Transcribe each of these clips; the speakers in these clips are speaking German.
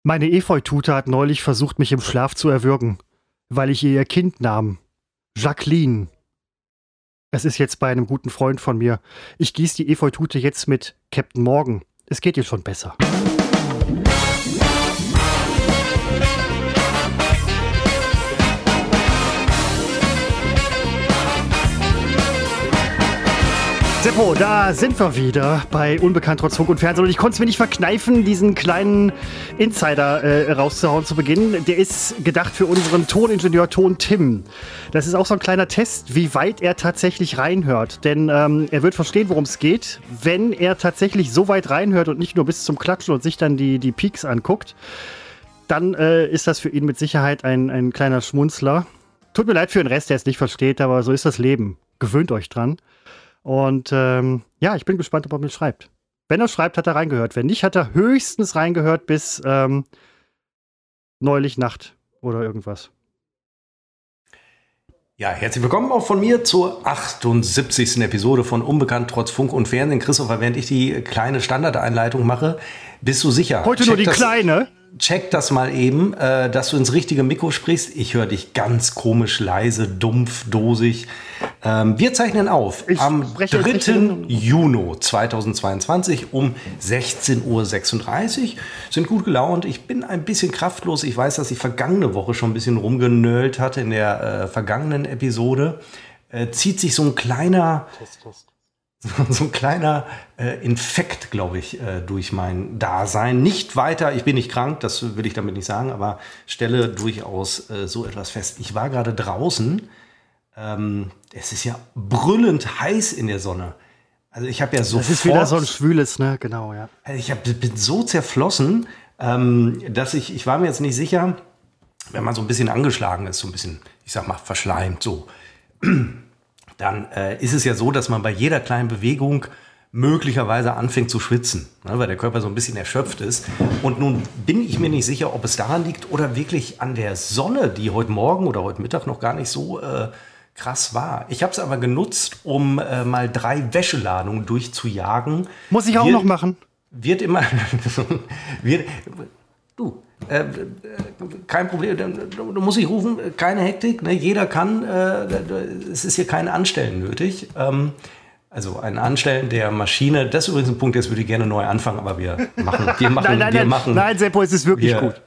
Meine Efeutute hat neulich versucht, mich im Schlaf zu erwürgen, weil ich ihr Kind nahm. Jacqueline. Es ist jetzt bei einem guten Freund von mir. Ich gieße die Efeutute jetzt mit Captain Morgan. Es geht ihr schon besser. Seppo, da sind wir wieder bei Unbekannt trotz Funk und Fernsehen. Und ich konnte es mir nicht verkneifen, diesen kleinen Insider rauszuhauen zu Beginn. Der ist gedacht für unseren Toningenieur Ton Tim. Das ist auch so ein kleiner Test, wie weit er tatsächlich reinhört. Denn er wird verstehen, worum es geht, wenn er tatsächlich so weit reinhört und nicht nur bis zum Klatschen und sich dann die Peaks anguckt. Dann ist das für ihn mit Sicherheit ein kleiner Schmunzler. Tut mir leid für den Rest, der es nicht versteht, aber so ist das Leben. Gewöhnt euch dran. Und ja, ich bin gespannt, ob er mir schreibt. Wenn er schreibt, hat er reingehört. Wenn nicht, hat er höchstens reingehört bis neulich Nacht oder irgendwas. Ja, herzlich willkommen auch von mir zur 78. Episode von Unbekannt trotz Funk und Fernsehen. Christopher, während ich die kleine Standardeinleitung mache, bist du sicher? Heute nur die kleine? Check das mal eben, dass du ins richtige Mikro sprichst. Ich höre dich ganz komisch, leise, dumpf, dosig. Wir zeichnen auf am 3. Juni 2022 um 16:36 Uhr. Sind gut gelaunt. Ich bin ein bisschen kraftlos. Ich weiß, dass ich vergangene Woche schon ein bisschen rumgenölt hatte in der vergangenen Episode. Zieht sich so ein kleiner... So ein kleiner Infekt, glaube ich, durch mein Dasein. Nicht weiter, ich bin nicht krank, das will ich damit nicht sagen, aber stelle durchaus so etwas fest. Ich war gerade draußen, es ist ja brüllend heiß in der Sonne. Also ich habe ja sofort... Das ist wieder so ein schwüles, ne? Genau, ja. Ich bin so zerflossen, dass ich war mir jetzt nicht sicher, wenn man so ein bisschen angeschlagen ist, so ein bisschen, ich sag mal, verschleimt, so... Dann ist es ja so, dass man bei jeder kleinen Bewegung möglicherweise anfängt zu schwitzen, ne, weil der Körper so ein bisschen erschöpft ist. Und nun bin ich mir nicht sicher, ob es daran liegt oder wirklich an der Sonne, die heute Morgen oder heute Mittag noch gar nicht so krass war. Ich habe es aber genutzt, um mal 3 Wäscheladungen durchzujagen. Muss ich auch noch machen. Wird immer... kein Problem, du musst nicht rufen, keine Hektik, ne? Jeder kann, es ist hier kein Anstellen nötig. Also ein Anstellen der Maschine, das ist übrigens ein Punkt, jetzt würde ich gerne neu anfangen, aber wir machen. Nein, Seppo, es ist wirklich gut.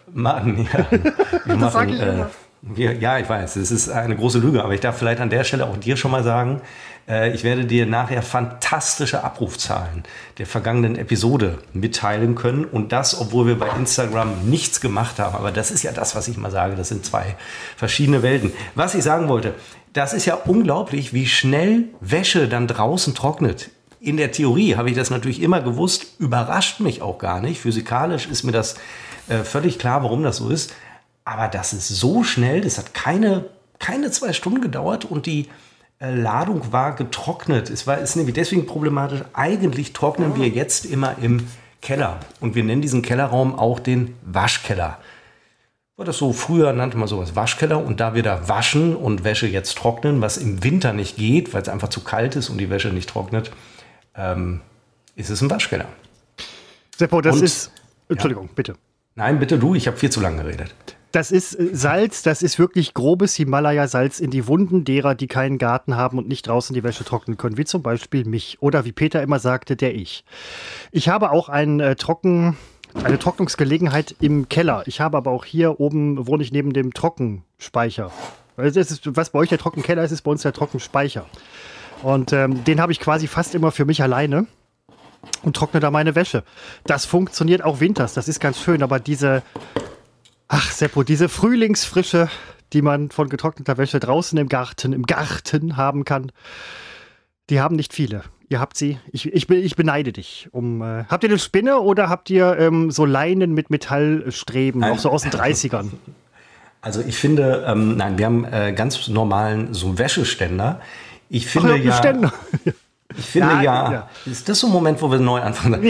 Ja, ich weiß, es ist eine große Lüge, aber ich darf vielleicht an der Stelle auch dir schon mal sagen, ich werde dir nachher fantastische Abrufzahlen der vergangenen Episode mitteilen können. Und das, obwohl wir bei Instagram nichts gemacht haben. Aber das ist ja das, was ich mal sage. Das sind 2 verschiedene Welten. Was ich sagen wollte, das ist ja unglaublich, wie schnell Wäsche dann draußen trocknet. In der Theorie habe ich das natürlich immer gewusst, überrascht mich auch gar nicht. Physikalisch ist mir das völlig klar, warum das so ist. Aber das ist so schnell, das hat keine 2 Stunden gedauert und die Ladung war getrocknet. Ist nämlich deswegen problematisch. Eigentlich trocknen wir jetzt immer im Keller. Und wir nennen diesen Kellerraum auch den Waschkeller. War das so, früher nannte man sowas Waschkeller. Und da wir da waschen und Wäsche jetzt trocknen, was im Winter nicht geht, weil es einfach zu kalt ist und die Wäsche nicht trocknet, ist es ein Waschkeller. Seppo, das ist... Entschuldigung, ja. Bitte. Nein, bitte du, ich habe viel zu lange geredet. Das ist Salz, das ist wirklich grobes Himalaya-Salz in die Wunden derer, die keinen Garten haben und nicht draußen die Wäsche trocknen können, wie zum Beispiel mich. Oder wie Peter immer sagte, der Ich. Ich habe auch eine Trocknungsgelegenheit im Keller. Ich habe aber auch hier oben, wohne ich neben dem Trockenspeicher. Was bei euch der Trockenkeller ist, ist bei uns der Trockenspeicher. Und den habe ich quasi fast immer für mich alleine und trockne da meine Wäsche. Das funktioniert auch winters, das ist ganz schön, aber diese Frühlingsfrische, die man von getrockneter Wäsche draußen im Garten haben kann, die haben nicht viele. Ihr habt sie. Ich beneide dich. Habt ihr eine Spinne oder habt ihr so Leinen mit Metallstreben, auch so aus den 30ern? Also ich finde, nein, wir haben ganz normalen so Wäscheständer. Ich finde Ich finde ist das so ein Moment, wo wir neu anfangen?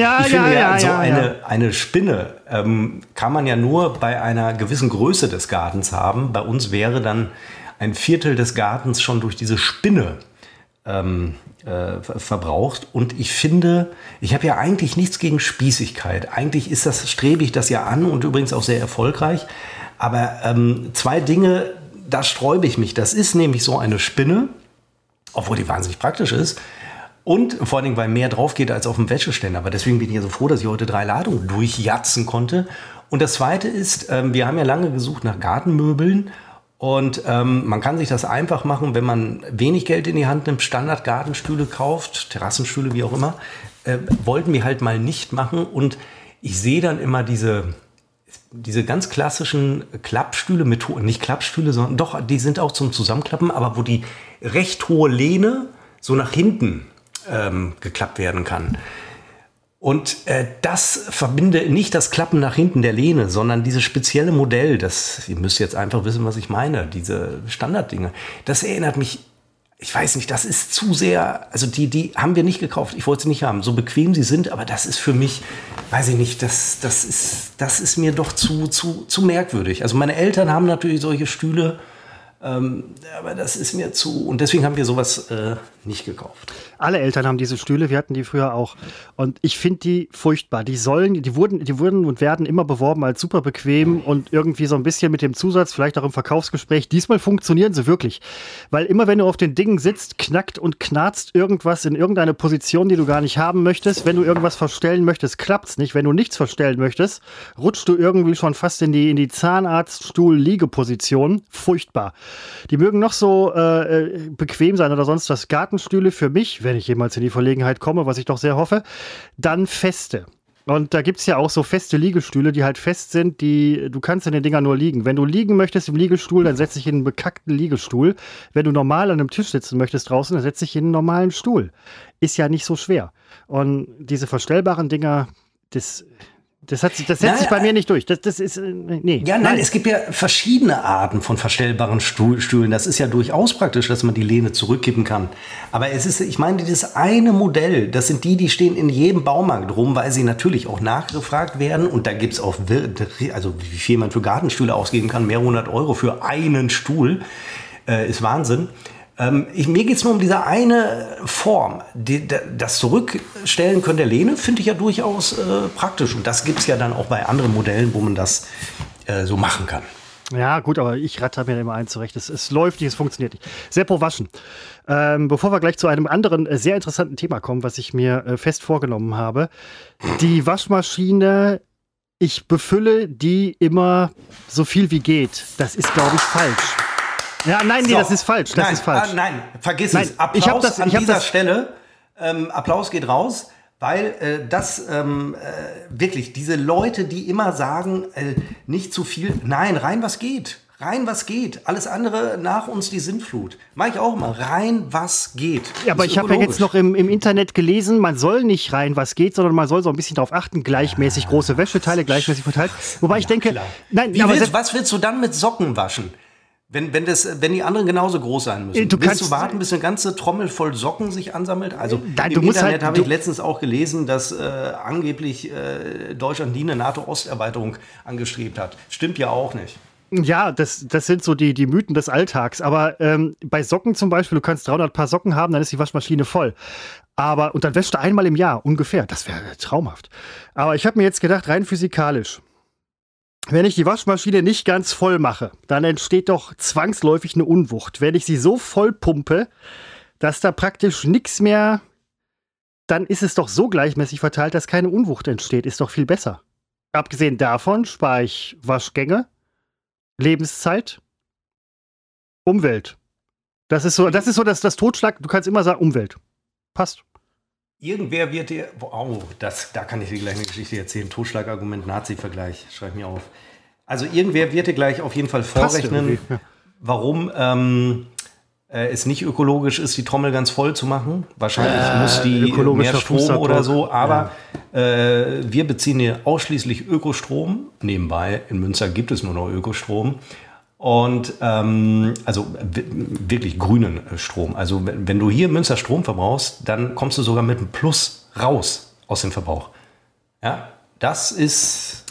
Eine Spinne kann man ja nur bei einer gewissen Größe des Gartens haben. Bei uns wäre dann ein Viertel des Gartens schon durch diese Spinne verbraucht. Und ich finde, ich habe ja eigentlich nichts gegen Spießigkeit. Eigentlich strebe ich das ja an und übrigens auch sehr erfolgreich. Aber 2 Dinge, da sträube ich mich. Das ist nämlich so eine Spinne, obwohl die wahnsinnig praktisch ist. Und vor allen Dingen, weil mehr drauf geht als auf dem Wäscheständer. Aber deswegen bin ich ja so froh, dass ich heute 3 Ladungen durchjatzen konnte. Und das Zweite ist, wir haben ja lange gesucht nach Gartenmöbeln. Und man kann sich das einfach machen, wenn man wenig Geld in die Hand nimmt, Standard-Gartenstühle kauft, Terrassenstühle, wie auch immer. Wollten wir halt mal nicht machen. Und ich sehe dann immer diese ganz klassischen Klappstühle, nicht Klappstühle, sondern doch, die sind auch zum Zusammenklappen, aber wo die recht hohe Lehne so nach hinten geklappt werden kann. Und das verbinde nicht das Klappen nach hinten der Lehne, sondern dieses spezielle Modell, ihr müsst jetzt einfach wissen, was ich meine, diese Standarddinge. Das erinnert mich, ich weiß nicht, das ist zu sehr, also die haben wir nicht gekauft, ich wollte sie nicht haben, so bequem sie sind, aber das ist für mich, weiß ich nicht, das ist mir doch zu merkwürdig. Also meine Eltern haben natürlich solche Stühle, aber das ist mir zu, und deswegen haben wir sowas nicht gekauft. Alle Eltern haben diese Stühle, wir hatten die früher auch. Und ich finde die furchtbar. Die wurden und werden immer beworben als super bequem und irgendwie so ein bisschen mit dem Zusatz, vielleicht auch im Verkaufsgespräch. Diesmal funktionieren sie wirklich. Weil immer wenn du auf den Dingen sitzt, knackt und knarzt irgendwas in irgendeine Position, die du gar nicht haben möchtest. Wenn du irgendwas verstellen möchtest, klappt's nicht. Wenn du nichts verstellen möchtest, rutschst du irgendwie schon fast in die Zahnarztstuhl-Liegeposition. Furchtbar. Die mögen noch so bequem sein oder sonst was. Gartenstühle für mich, wenn ich jemals in die Verlegenheit komme, was ich doch sehr hoffe, dann feste. Und da gibt es ja auch so feste Liegestühle, die halt fest sind, du kannst in den Dingern nur liegen. Wenn du liegen möchtest im Liegestuhl, dann setz dich in einen bekackten Liegestuhl. Wenn du normal an einem Tisch sitzen möchtest draußen, dann setz dich in einen normalen Stuhl. Ist ja nicht so schwer. Und diese verstellbaren Dinger, das setzt sich bei mir nicht durch. Das ist, nee. Ja, nein, es gibt ja verschiedene Arten von verstellbaren Stühlen. Das ist ja durchaus praktisch, dass man die Lehne zurückkippen kann. Aber ich meine, dieses eine Modell, das sind die stehen in jedem Baumarkt rum, weil sie natürlich auch nachgefragt werden. Und da gibt es auch, also wie viel man für Gartenstühle ausgeben kann, mehrere 100 Euro für einen Stuhl, ist Wahnsinn. Mir geht es nur um diese eine Form. Das Zurückstellen können der Lehne finde ich ja durchaus praktisch. Und das gibt es ja dann auch bei anderen Modellen, wo man das so machen kann. Ja, gut, aber ich ratter mir da immer ein zurecht. Es läuft nicht, es funktioniert nicht. Seppo, waschen. Bevor wir gleich zu einem anderen sehr interessanten Thema kommen, was ich mir fest vorgenommen habe. Die Waschmaschine, ich befülle die immer so viel wie geht. Das ist, glaube ich, falsch. Ja, nein, nee, das ist falsch. Ist falsch. Nein, vergiss es. Applaus an dieser Stelle. Applaus geht raus, weil wirklich diese Leute, die immer sagen, nicht zu viel. Nein, rein was geht. Rein was geht. Alles andere nach uns die Sintflut. Mach ich auch immer. Rein was geht. Ja, aber ich habe ja jetzt noch im Internet gelesen, man soll nicht rein was geht, sondern man soll so ein bisschen darauf achten, gleichmäßig große Wäscheteile, gleichmäßig verteilt. Wobei ich denke, klar. Nein, was willst du dann mit Socken waschen? Wenn die anderen genauso groß sein müssen. Willst du warten, bis eine ganze Trommel voll Socken sich ansammelt? Also nein, im Internet habe ich letztens auch gelesen, dass angeblich Deutschland nie eine NATO-Osterweiterung angestrebt hat. Stimmt ja auch nicht. Ja, das sind so die Mythen des Alltags. Aber bei Socken zum Beispiel, du kannst 300 Paar Socken haben, dann ist die Waschmaschine voll. Und dann wäschst du einmal im Jahr ungefähr. Das wäre traumhaft. Aber ich habe mir jetzt gedacht, rein physikalisch, wenn ich die Waschmaschine nicht ganz voll mache, dann entsteht doch zwangsläufig eine Unwucht. Wenn ich sie so voll pumpe, dass da praktisch nichts mehr, dann ist es doch so gleichmäßig verteilt, dass keine Unwucht entsteht. Ist doch viel besser. Abgesehen davon spare ich Waschgänge, Lebenszeit, Umwelt. Das ist so das Totschlag. Du kannst immer sagen, Umwelt. Passt. Irgendwer wird dir, da kann ich dir gleich eine Geschichte erzählen, Totschlagargument, Nazi-Vergleich, schreib mir auf. Also irgendwer wird dir gleich auf jeden Fall vorrechnen, warum es nicht ökologisch ist, die Trommel ganz voll zu machen. Wahrscheinlich muss die mehr Strom oder so, aber wir beziehen hier ausschließlich Ökostrom. Nebenbei, in Münster gibt es nur noch Ökostrom. Und also wirklich grünen Strom. Also wenn du hier in Münster Strom verbrauchst, dann kommst du sogar mit einem Plus raus aus dem Verbrauch. Ja, das ist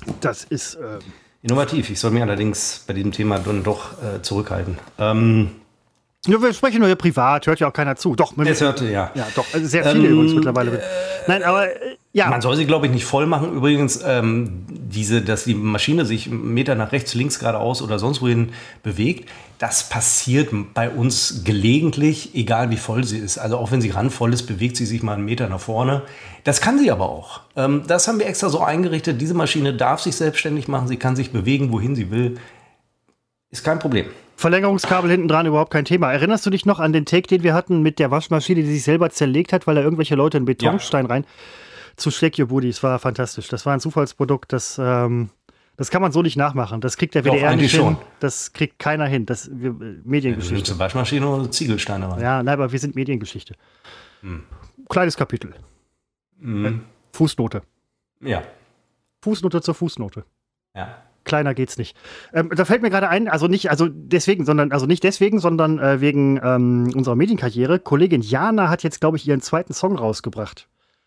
innovativ. Ich soll mich allerdings bei diesem Thema dann doch zurückhalten. Ja, wir sprechen nur hier privat, hört ja auch keiner zu. Doch, das hörte, ja. Ja, doch, also sehr viele übrigens mittlerweile. Nein, aber ja. Man soll sie, glaube ich, nicht voll machen. Übrigens, dass die Maschine sich einen Meter nach rechts, links, geradeaus oder sonst wohin bewegt, das passiert bei uns gelegentlich, egal wie voll sie ist. Also auch wenn sie randvoll ist, bewegt sie sich mal einen Meter nach vorne. Das kann sie aber auch. Das haben wir extra so eingerichtet. Diese Maschine darf sich selbstständig machen. Sie kann sich bewegen, wohin sie will. Ist kein Problem. Verlängerungskabel hinten dran, überhaupt kein Thema. Erinnerst du dich noch an den Take, den wir hatten mit der Waschmaschine, die sich selber zerlegt hat, weil da irgendwelche Leute einen Betonstein rein zu Shake Your Booty? Das war fantastisch. Das war ein Zufallsprodukt, das kann man so nicht nachmachen. Das kriegt der WDR nicht hin. Das kriegt keiner hin. Das Mediengeschichte. Ja, du Waschmaschine oder Ziegelsteine rein? Ja, nein, aber wir sind Mediengeschichte. Kleines Kapitel. Fußnote. Ja. Fußnote zur Fußnote. Ja. Kleiner geht's nicht. Da fällt mir gerade ein, nicht deswegen, sondern wegen unserer Medienkarriere. Kollegin Jana hat jetzt, glaube ich, ihren zweiten Song rausgebracht.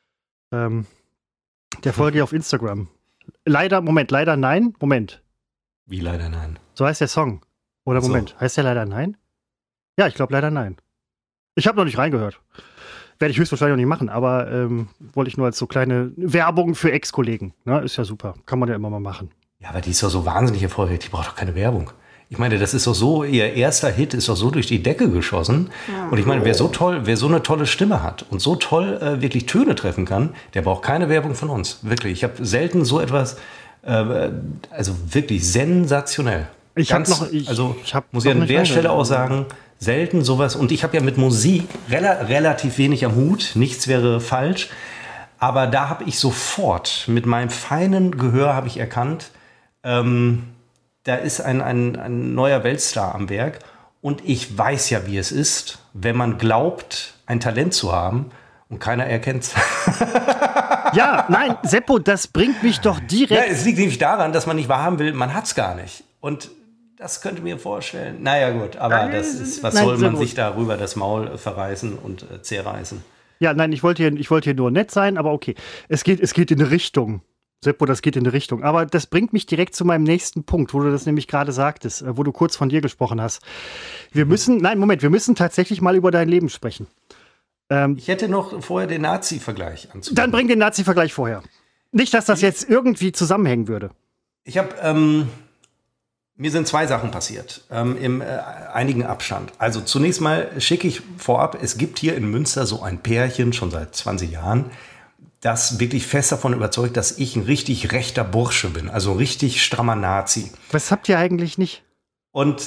Der Folge auf Instagram. Leider nein. Moment. Wie leider nein? So heißt der Song. Oder Moment, so. Heißt der leider nein? Ja, ich glaube leider nein. Ich habe noch nicht reingehört. Werde ich höchstwahrscheinlich noch nicht machen, aber wollte ich nur als so kleine Werbung für Ex-Kollegen. Ne? Ist ja super. Kann man ja immer mal machen. Ja, aber die ist doch so wahnsinnig erfolgreich. Die braucht doch keine Werbung. Ich meine, das ist doch so, ihr erster Hit ist doch so durch die Decke geschossen. Und ich meine, wer so eine tolle Stimme hat und so toll wirklich Töne treffen kann, der braucht keine Werbung von uns. Wirklich. Ich habe selten so etwas, also wirklich sensationell. Muss ich an der Stelle auch sagen, selten sowas. Und ich habe ja mit Musik relativ wenig am Hut. Nichts wäre falsch. Aber da habe ich sofort mit meinem feinen Gehör habe ich erkannt, da ist ein neuer Weltstar am Werk. Und ich weiß ja, wie es ist, wenn man glaubt, ein Talent zu haben und keiner erkennt es. Ja, nein, Seppo, das bringt mich doch direkt... Ja, es liegt nämlich daran, dass man nicht wahrhaben will, man hat es gar nicht. Und das könnte ich mir vorstellen. Naja gut, aber soll man sich darüber das Maul verreißen und zerreißen? Ja, nein, ich wollte hier nur nett sein, aber okay. Es geht in eine Richtung. Seppo, das geht in eine Richtung. Aber das bringt mich direkt zu meinem nächsten Punkt, wo du das nämlich gerade sagtest, wo du kurz von dir gesprochen hast. Wir müssen tatsächlich mal über dein Leben sprechen. Ich hätte noch vorher den Nazi-Vergleich anzubieten. Dann bring den Nazi-Vergleich vorher. Nicht, dass das jetzt irgendwie zusammenhängen würde. Mir sind zwei Sachen passiert, im einigen Abstand. Also zunächst mal schicke ich vorab, es gibt hier in Münster so ein Pärchen, schon seit 20 Jahren, das wirklich fest davon überzeugt, dass ich ein richtig rechter Bursche bin, also ein richtig strammer Nazi. Was habt ihr eigentlich nicht? Und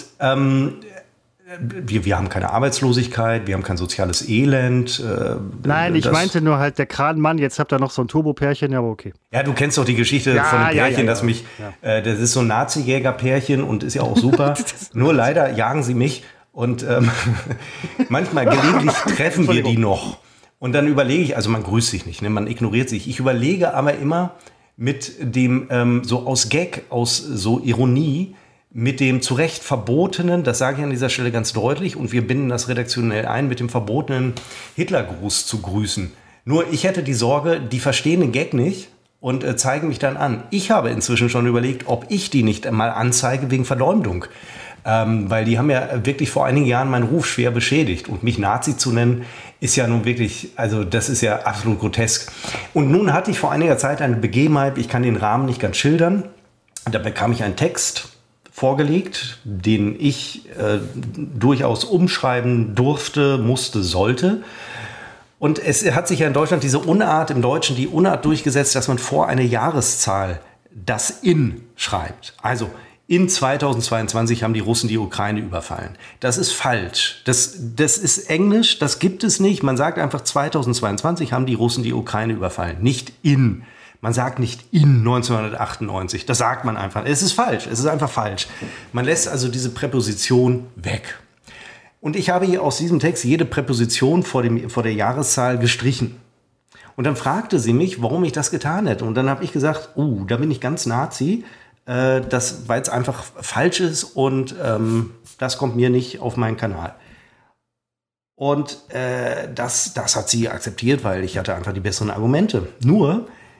wir haben keine Arbeitslosigkeit, wir haben kein soziales Elend. Nein, ich meinte nur halt der Kranmann, jetzt habt ihr noch so ein Turbo-Pärchen, ja, aber okay. Ja, das die Geschichte von dem Pärchen, das ist so ein Nazi-Jäger-Pärchen und ist ja auch super. Nur leider jagen sie mich und manchmal gelegentlich treffen wir die noch. Und dann überlege ich, also man grüßt sich nicht, ne? Man ignoriert sich. Ich überlege aber immer mit dem, so aus Gag, aus so Ironie, mit dem zu Recht verbotenen, das sage ich an dieser Stelle ganz deutlich, und wir binden das redaktionell ein, mit dem verbotenen Hitlergruß zu grüßen. Nur ich hätte die Sorge, die verstehen den Gag nicht und zeigen mich dann an. Ich habe inzwischen schon überlegt, ob ich die nicht mal anzeige wegen Verleumdung. Weil die haben ja wirklich vor einigen Jahren meinen Ruf schwer beschädigt. Und mich Nazi zu nennen, ist ja nun wirklich, also das ist ja absolut grotesk. Und nun hatte ich vor einiger Zeit eine Begebenheit, ich kann den Rahmen nicht ganz schildern. Da bekam ich einen Text vorgelegt, den ich durchaus umschreiben durfte, musste, sollte. Und es hat sich ja in Deutschland die Unart durchgesetzt, dass man vor eine Jahreszahl das in schreibt. Also in 2022 haben die Russen die Ukraine überfallen. Das ist falsch. Das ist Englisch, das gibt es nicht. Man sagt einfach 2022 haben die Russen die Ukraine überfallen, nicht in. Man sagt nicht in 1998, das sagt man einfach. Es ist falsch, es ist einfach falsch. Man lässt also diese Präposition weg. Und ich habe hier aus diesem Text jede Präposition vor der Jahreszahl gestrichen. Und dann fragte sie mich, warum ich das getan hätte. Und dann habe ich gesagt, da bin ich ganz Nazi, weil es einfach falsch ist und das kommt mir nicht auf meinen Kanal. Und das hat sie akzeptiert, weil ich hatte einfach die besseren Argumente. Nur,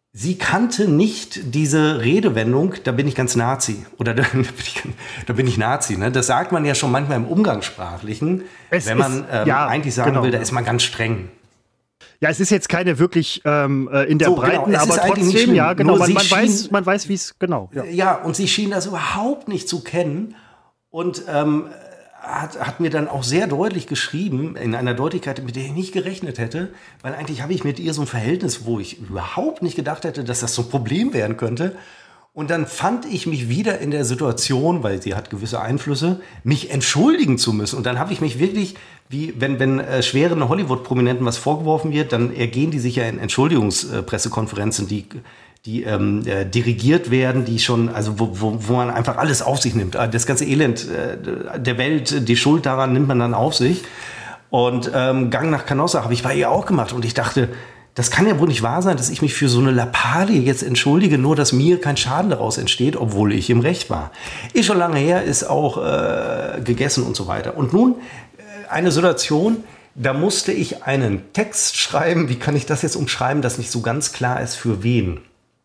sie kannte nicht diese Redewendung, da bin ich ganz Nazi. Oder da bin ich Nazi. Ne? Das sagt man ja schon manchmal im Umgangssprachlichen, wenn man eigentlich sagen will, da ist man ganz streng. Ja, es ist jetzt keine wirklich in der Breiten, genau, aber trotzdem, ja, genau, man weiß, wie es, genau. Ja, und sie schien das überhaupt nicht zu kennen und hat mir dann auch sehr deutlich geschrieben, in einer Deutlichkeit, mit der ich nicht gerechnet hätte, weil eigentlich habe ich mit ihr so ein Verhältnis, wo ich überhaupt nicht gedacht hätte, dass das so ein Problem werden könnte. Und dann fand ich mich wieder in der Situation, weil sie hat gewisse Einflüsse, mich entschuldigen zu müssen. Und dann habe ich mich wirklich, wie wenn schweren Hollywood-Prominenten was vorgeworfen wird, dann ergehen die sich ja in Entschuldigungspressekonferenzen, die dirigiert werden, die schon, also wo man einfach alles auf sich nimmt. Das ganze Elend der Welt, die Schuld daran nimmt man dann auf sich. Und Gang nach Canossa habe ich bei ihr auch gemacht. Und ich dachte, das kann ja wohl nicht wahr sein, dass ich mich für so eine Lappalie jetzt entschuldige, nur dass mir kein Schaden daraus entsteht, obwohl ich im Recht war. Ist schon lange her, ist auch gegessen und so weiter. Und nun eine Situation, da musste ich einen Text schreiben. Wie kann ich das jetzt umschreiben, dass nicht so ganz klar ist, für wen?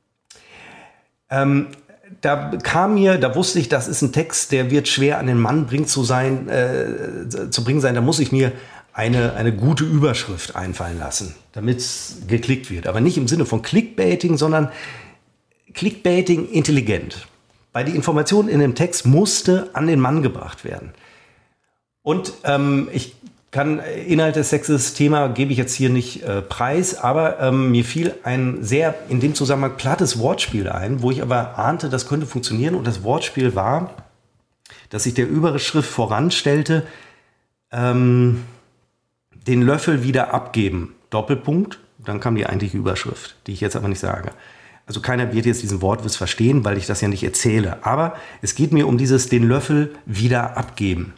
Da wusste ich, das ist ein Text, der wird schwer an den Mann zu bringen sein. Da muss ich mir eine gute Überschrift einfallen lassen, damit es geklickt wird. Aber nicht im Sinne von Clickbaiting, sondern Clickbaiting intelligent. Weil die Information in dem Text musste an den Mann gebracht werden. Und ich kann Inhalt des Textes, Thema gebe ich jetzt hier nicht preis, aber mir fiel ein sehr in dem Zusammenhang plattes Wortspiel ein, wo ich aber ahnte, das könnte funktionieren. Und das Wortspiel war, dass ich der Überschrift voranstellte, den Löffel wieder abgeben, Doppelpunkt, dann kam die eigentliche Überschrift, die ich jetzt aber nicht sage. Also keiner wird jetzt diesen Wortwitz verstehen, weil ich das ja nicht erzähle. Aber es geht mir um dieses den Löffel wieder abgeben.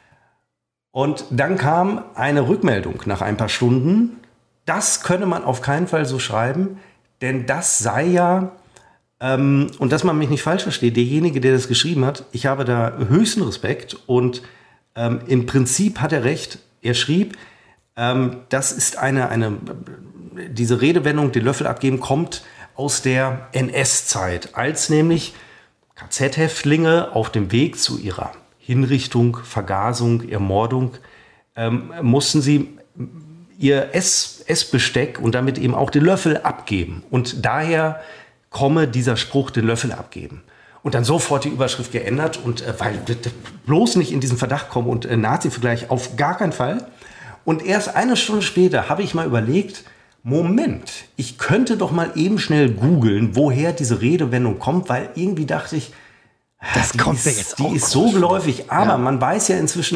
Und dann kam eine Rückmeldung nach ein paar Stunden. Das könne man auf keinen Fall so schreiben, denn das sei ja, und dass man mich nicht falsch versteht, derjenige, der das geschrieben hat, ich habe da höchsten Respekt und im Prinzip hat er recht. Er schrieb, das ist diese Redewendung, den Löffel abgeben, kommt aus der NS-Zeit, als nämlich KZ-Häftlinge auf dem Weg zu ihrer Hinrichtung, Vergasung, Ermordung, mussten sie ihr Essbesteck und damit eben auch den Löffel abgeben. Und daher komme dieser Spruch, den Löffel abgeben. Und dann sofort die Überschrift geändert und weil bloß nicht in diesen Verdacht kommen und Nazi-Vergleich auf gar keinen Fall. Und erst eine Stunde später habe ich mal überlegt, Moment, ich könnte doch mal eben schnell googeln, woher diese Redewendung kommt, weil irgendwie dachte ich, die ist so geläufig, aber man weiß ja ich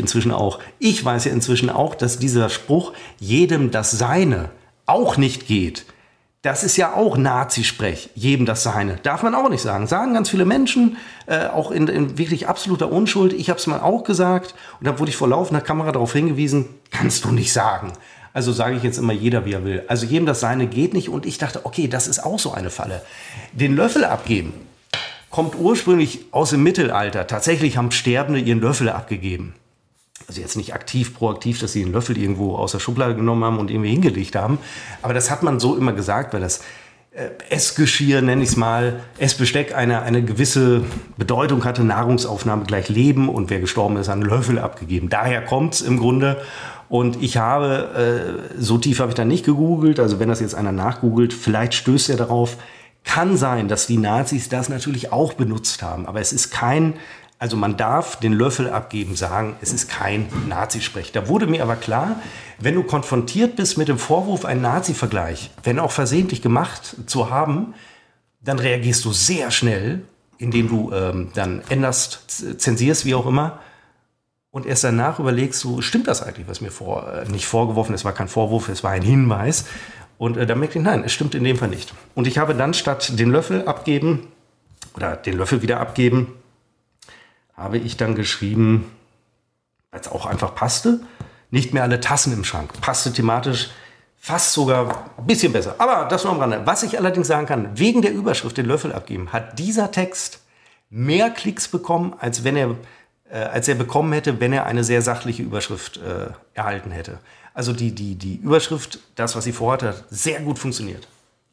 weiß ja inzwischen auch, dass dieser Spruch, jedem das Seine, auch nicht geht. Das ist ja auch Nazisprech, jedem das Seine. Darf man auch nicht sagen. Sagen ganz viele Menschen, auch in wirklich absoluter Unschuld. Ich habe es mal auch gesagt und dann wurde ich vor laufender Kamera darauf hingewiesen, kannst du nicht sagen. Also sage ich jetzt immer jeder, wie er will. Also jedem das Seine geht nicht und ich dachte, okay, das ist auch so eine Falle. Den Löffel abgeben kommt ursprünglich aus dem Mittelalter. Tatsächlich haben Sterbende ihren Löffel abgegeben. Also jetzt nicht aktiv, proaktiv, dass sie einen Löffel irgendwo aus der Schublade genommen haben und irgendwie hingelegt haben. Aber das hat man so immer gesagt, weil das Essgeschirr, nenne ich es mal, Essbesteck eine gewisse Bedeutung hatte. Nahrungsaufnahme gleich Leben und wer gestorben ist, hat einen Löffel abgegeben. Daher kommt es im Grunde. Und ich habe, so tief habe ich da nicht gegoogelt, also wenn das jetzt einer nachgoogelt, vielleicht stößt er darauf. Kann sein, dass die Nazis das natürlich auch benutzt haben, aber es ist also man darf den Löffel abgeben sagen, es ist kein Nazisprech. Da wurde mir aber klar, wenn du konfrontiert bist mit dem Vorwurf, einen Nazi-Vergleich, wenn auch versehentlich gemacht zu haben, dann reagierst du sehr schnell, indem du dann änderst, zensierst, wie auch immer, und erst danach überlegst du, stimmt das eigentlich, was mir nicht vorgeworfen, es war kein Vorwurf, es war ein Hinweis. Und dann merkte ich, nein, es stimmt in dem Fall nicht. Und ich habe dann statt den Löffel abgeben oder den Löffel wieder abgeben, habe ich dann geschrieben, weil es auch einfach passte, nicht mehr alle Tassen im Schrank. Passte thematisch fast sogar ein bisschen besser. Aber das nur am Rande. Was ich allerdings sagen kann, wegen der Überschrift den Löffel abgeben, hat dieser Text mehr Klicks bekommen, als er bekommen hätte, wenn er eine sehr sachliche Überschrift erhalten hätte. Also die Überschrift, das, was sie vorhat, hat sehr gut funktioniert.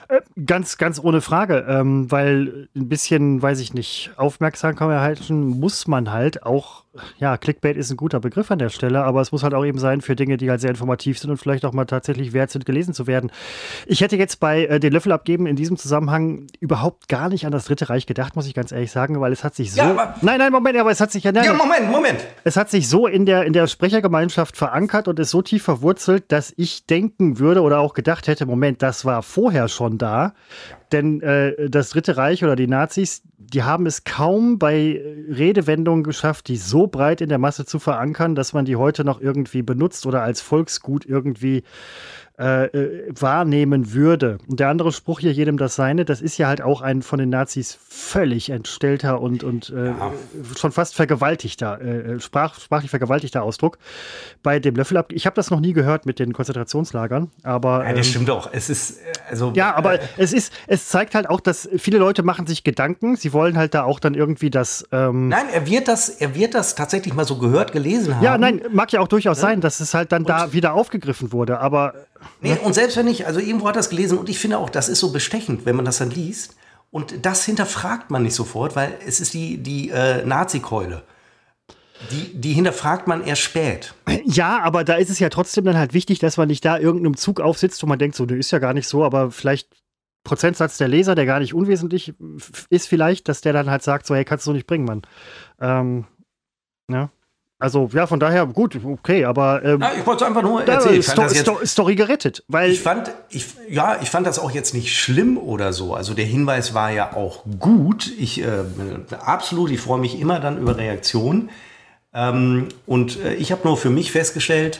Ganz, ganz ohne Frage, weil ein bisschen, weiß ich nicht, Aufmerksamkeit halten muss man halt auch. Ja, Clickbait ist ein guter Begriff an der Stelle, aber es muss halt auch eben sein für Dinge, die halt sehr informativ sind und vielleicht auch mal tatsächlich wert sind, gelesen zu werden. Ich hätte jetzt bei den Löffel abgeben in diesem Zusammenhang überhaupt gar nicht an das Dritte Reich gedacht, muss ich ganz ehrlich sagen, weil es hat sich so. Ja, nein, Moment, aber es hat sich ja. Ja, Moment. Es hat sich so in der Sprechergemeinschaft verankert und ist so tief verwurzelt, dass ich denken würde oder auch gedacht hätte, Moment, das war vorher schon da. Ja. Denn das Dritte Reich oder die Nazis, die haben es kaum bei Redewendungen geschafft, die so breit in der Masse zu verankern, dass man die heute noch irgendwie benutzt oder als Volksgut irgendwie wahrnehmen würde. Und der andere Spruch hier, jedem das Seine, das ist ja halt auch ein von den Nazis völlig entstellter und schon fast vergewaltigter, sprachlich vergewaltigter Ausdruck. Bei dem Löffel ab. Ich habe das noch nie gehört mit den Konzentrationslagern, aber. Ja, das stimmt auch. Es ist, also. Ja, aber es zeigt halt auch, dass viele Leute machen sich Gedanken. Sie wollen halt da auch dann irgendwie das. Nein, er wird das tatsächlich mal so gehört, gelesen haben. Ja, nein, mag ja auch durchaus sein, dass es halt dann da wieder aufgegriffen wurde, aber. Nee, und selbst wenn ich, also irgendwo hat das gelesen und ich finde auch, das ist so bestechend, wenn man das dann liest. Und das hinterfragt man nicht sofort, weil es ist die Nazi-Keule. Die hinterfragt man erst spät. Ja, aber da ist es ja trotzdem dann halt wichtig, dass man nicht da irgendeinem Zug aufsitzt, wo man denkt, so, ne, ist ja gar nicht so, aber vielleicht Prozentsatz der Leser, der gar nicht unwesentlich ist vielleicht, dass der dann halt sagt, so, hey, kannst du nicht bringen, Mann. Ja. Also, ja, von daher, gut, okay, aber ich wollte es einfach nur erzählen. Story gerettet, weil ich fand das auch jetzt nicht schlimm oder so. Also der Hinweis war ja auch gut. Ich freue mich immer dann über Reaktionen. Und ich habe nur für mich festgestellt,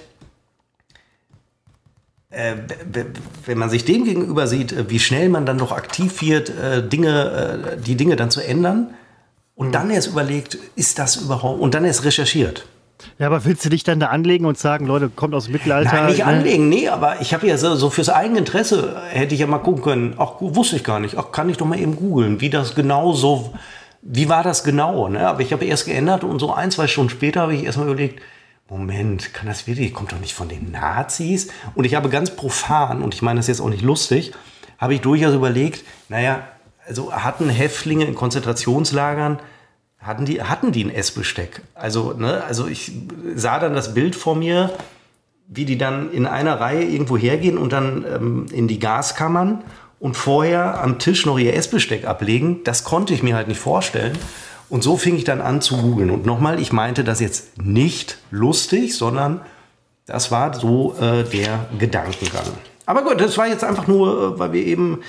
wenn man sich dem gegenüber sieht, wie schnell man dann doch aktiv wird, die Dinge dann zu ändern. Und dann erst überlegt, ist das überhaupt, und dann erst recherchiert. Ja, aber willst du dich dann da anlegen und sagen, Leute, kommt aus dem Mittelalter? Nein, nicht anlegen, nee, aber ich habe ja so fürs eigene Interesse, hätte ich ja mal gucken können, ach, wusste ich gar nicht, ach, kann ich doch mal eben googeln, wie war das genau, ne? Aber ich habe erst geändert und so 1-2 Stunden später habe ich erst mal überlegt, Moment, kann das wirklich, kommt doch nicht von den Nazis? Und ich habe ganz profan, und ich meine das jetzt auch nicht lustig, habe ich durchaus überlegt, naja, also hatten Häftlinge in Konzentrationslagern, hatten die ein Essbesteck? Also ich sah dann das Bild vor mir, wie die dann in einer Reihe irgendwo hergehen und dann in die Gaskammern und vorher am Tisch noch ihr Essbesteck ablegen. Das konnte ich mir halt nicht vorstellen. Und so fing ich dann an zu googeln. Und nochmal, ich meinte das jetzt nicht lustig, sondern das war so der Gedankengang. Aber gut, das war jetzt einfach nur, weil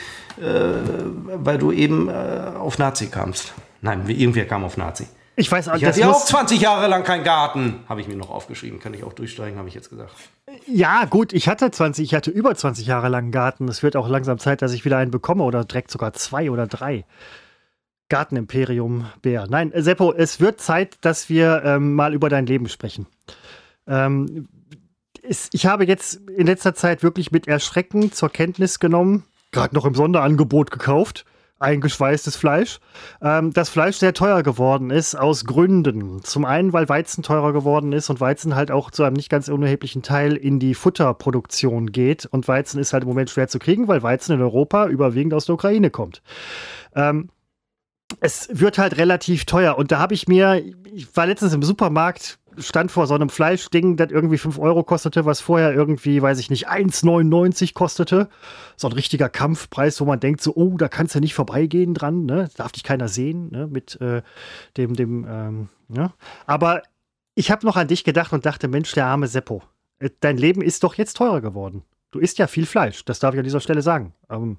du eben auf Nazi kamst. Nein, irgendwer kam auf Nazi. Ich weiß, ich hatte ja auch 20 Jahre lang keinen Garten, habe ich mir noch aufgeschrieben. Kann ich auch durchsteigen, habe ich jetzt gesagt. Ja, gut, ich hatte über 20 Jahre lang einen Garten. Es wird auch langsam Zeit, dass ich wieder einen bekomme oder direkt sogar 2 oder 3. Gartenimperium Bär. Nein, Seppo, es wird Zeit, dass wir mal über dein Leben sprechen. Ich habe jetzt in letzter Zeit wirklich mit Erschrecken zur Kenntnis genommen, gerade noch im Sonderangebot gekauft, eingeschweißtes Fleisch, das Fleisch sehr teuer geworden ist, aus Gründen. Zum einen, weil Weizen teurer geworden ist und Weizen halt auch zu einem nicht ganz unerheblichen Teil in die Futterproduktion geht. Und Weizen ist halt im Moment schwer zu kriegen, weil Weizen in Europa überwiegend aus der Ukraine kommt. Es wird halt relativ teuer. Und da ich war letztens im Supermarkt, stand vor so einem Fleischding, das irgendwie 5 Euro kostete, was vorher irgendwie, weiß ich nicht, 1,99 kostete. So ein richtiger Kampfpreis, wo man denkt so, oh, da kannst du nicht vorbeigehen dran, ne? Darf dich keiner sehen, ne? Mit ja. Aber ich habe noch an dich gedacht und dachte, Mensch, der arme Seppo, dein Leben ist doch jetzt teurer geworden. Du isst ja viel Fleisch, das darf ich an dieser Stelle sagen.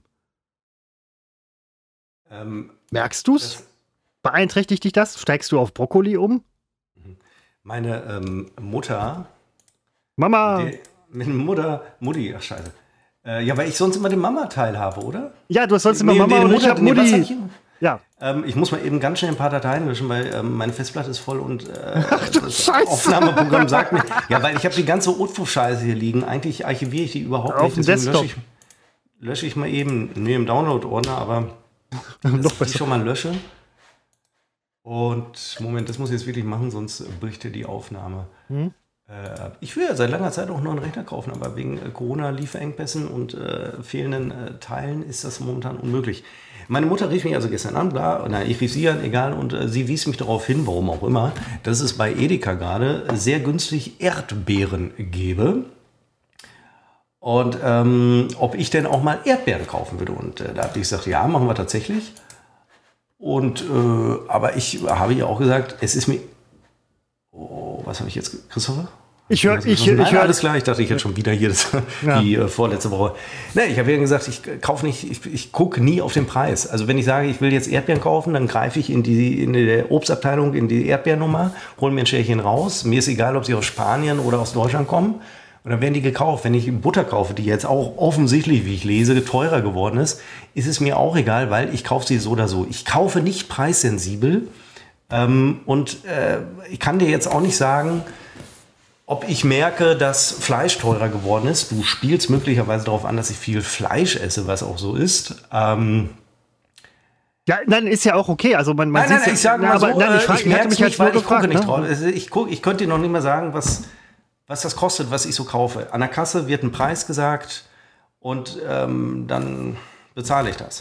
Merkst du's? Beeinträchtigt dich das? Steigst du auf Brokkoli um? Meine Mutter. Mama! Mutti, ach scheiße. Ja, weil ich sonst immer den Mama-Teil habe, oder? Ja, du hast sonst immer Mama und ich hab Mutti. Ja. Ich muss mal eben ganz schnell ein paar Dateien löschen, weil meine Festplatte ist voll und ach, du das Scheiße. Aufnahmeprogramm sagt mir. Ja, weil ich habe die ganze Utfu-Scheiße hier liegen. Eigentlich archiviere ich die überhaupt nicht. Deswegen lösche ich mal eben, im Download-Ordner, aber noch besser. Ich schon mal lösche. Und Moment, das muss ich jetzt wirklich machen, sonst bricht dir die Aufnahme. Ich will ja seit langer Zeit auch einen neuen Rechner kaufen, aber wegen Corona-Lieferengpässen und fehlenden Teilen ist das momentan unmöglich. Meine Mutter rief mich also gestern an, ich rief sie an, egal, und sie wies mich darauf hin, warum auch immer, dass es bei Edeka gerade sehr günstig Erdbeeren gäbe. Und ob ich denn auch mal Erdbeeren kaufen würde. Und da habe ich gesagt, ja, machen wir tatsächlich. Und aber ich habe ja auch gesagt, es ist mir... Oh, was habe ich jetzt, Christopher? Ich höre alles klar, ich dachte, ich hätte schon wieder hier die vorletzte Woche. Nee, ich habe ja gesagt, ich kaufe nicht, ich gucke nie auf den Preis. Also wenn ich sage, ich will jetzt Erdbeeren kaufen, dann greife ich in der Obstabteilung in die Erdbeernummer, hole mir ein Schälchen raus. Mir ist egal, ob sie aus Spanien oder aus Deutschland kommen. Und dann werden die gekauft. Wenn ich Butter kaufe, die jetzt auch offensichtlich, wie ich lese, teurer geworden ist, ist es mir auch egal, weil ich kaufe sie so oder so. Ich kaufe nicht preissensibel. Ich kann dir jetzt auch nicht sagen, ob ich merke, dass Fleisch teurer geworden ist. Du spielst möglicherweise darauf an, dass ich viel Fleisch esse, was auch so ist. Ja, nein, ist ja auch okay. Also ich sage mal so, ich merke mich halt, weil ich gucke nicht drauf. Ich könnte dir noch nicht mal sagen, was das kostet, was ich so kaufe. An der Kasse wird ein Preis gesagt und dann bezahle ich das.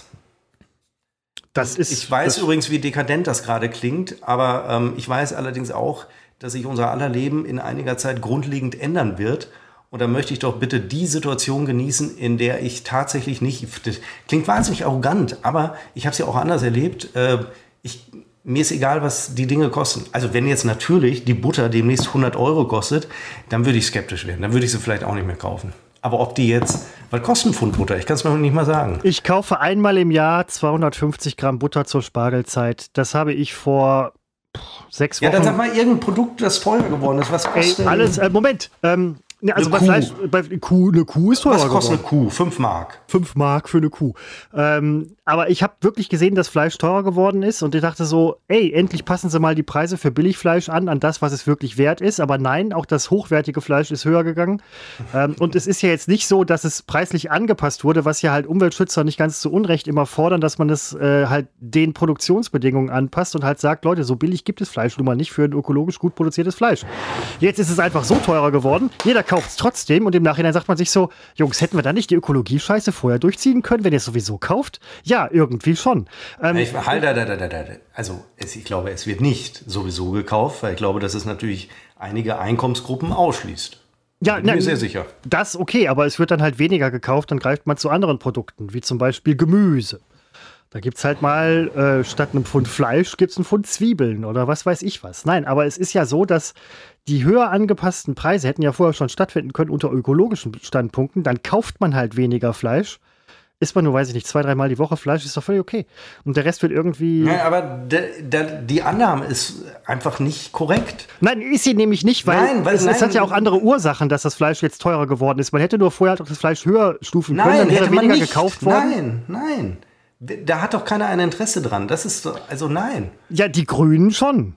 Ich weiß übrigens, wie dekadent das gerade klingt, aber ich weiß allerdings auch, dass sich unser aller Leben in einiger Zeit grundlegend ändern wird. Und da möchte ich doch bitte die Situation genießen, in der ich tatsächlich nicht, das klingt wahnsinnig arrogant, aber ich habe es ja auch anders erlebt. Mir ist egal, was die Dinge kosten. Also wenn jetzt natürlich die Butter demnächst 100 € kostet, dann würde ich skeptisch werden. Dann würde ich sie vielleicht auch nicht mehr kaufen. Aber ob die jetzt, was kostet ein Pfund Butter? Ich kann es noch nicht mal sagen. Ich kaufe einmal im Jahr 250 Gramm Butter zur Spargelzeit. Das habe ich vor 6 Wochen. Ja, dann sag mal irgendein Produkt, das teurer geworden ist. Was kostet alles, Moment. Also bei Fleisch, eine Kuh ist teurer geworden. Was kostet eine Kuh? 5 Mark. 5 Mark für eine Kuh. Aber ich habe wirklich gesehen, dass Fleisch teurer geworden ist und ich dachte so, endlich passen sie mal die Preise für Billigfleisch an das, was es wirklich wert ist. Aber nein, auch das hochwertige Fleisch ist höher gegangen. Und es ist ja jetzt nicht so, dass es preislich angepasst wurde, was ja halt Umweltschützer nicht ganz zu Unrecht immer fordern, dass man das halt den Produktionsbedingungen anpasst und halt sagt, Leute, so billig gibt es Fleisch nun mal nicht für ein ökologisch gut produziertes Fleisch. Jetzt ist es einfach so teurer geworden. Jeder kauft es trotzdem und im Nachhinein sagt man sich so, Jungs, hätten wir da nicht die Ökologie-Scheiße vorher durchziehen können, wenn ihr es sowieso kauft? Ja, irgendwie schon. Ich glaube, es wird nicht sowieso gekauft, weil ich glaube, dass es natürlich einige Einkommensgruppen ausschließt. Ja, bin mir sehr sicher. Das okay, aber es wird dann halt weniger gekauft, dann greift man zu anderen Produkten, wie zum Beispiel Gemüse. Da gibt es halt mal, statt einem Pfund Fleisch, gibt es einen Pfund Zwiebeln oder was weiß ich was. Nein, aber es ist ja so, dass die höher angepassten Preise hätten ja vorher schon stattfinden können unter ökologischen Standpunkten. Dann kauft man halt weniger Fleisch. Isst man nur, weiß ich nicht, 2-3 Mal die Woche Fleisch, ist doch völlig okay. Und der Rest wird irgendwie... Nein, aber die Annahme ist einfach nicht korrekt. Nein, ist sie nämlich nicht, weil es hat ja auch andere Ursachen, dass das Fleisch jetzt teurer geworden ist. Man hätte nur vorher doch das Fleisch höher stufen können, dann wäre weniger gekauft worden. Nein. Da hat doch keiner ein Interesse dran. Das ist doch, also nein. Ja, die Grünen schon.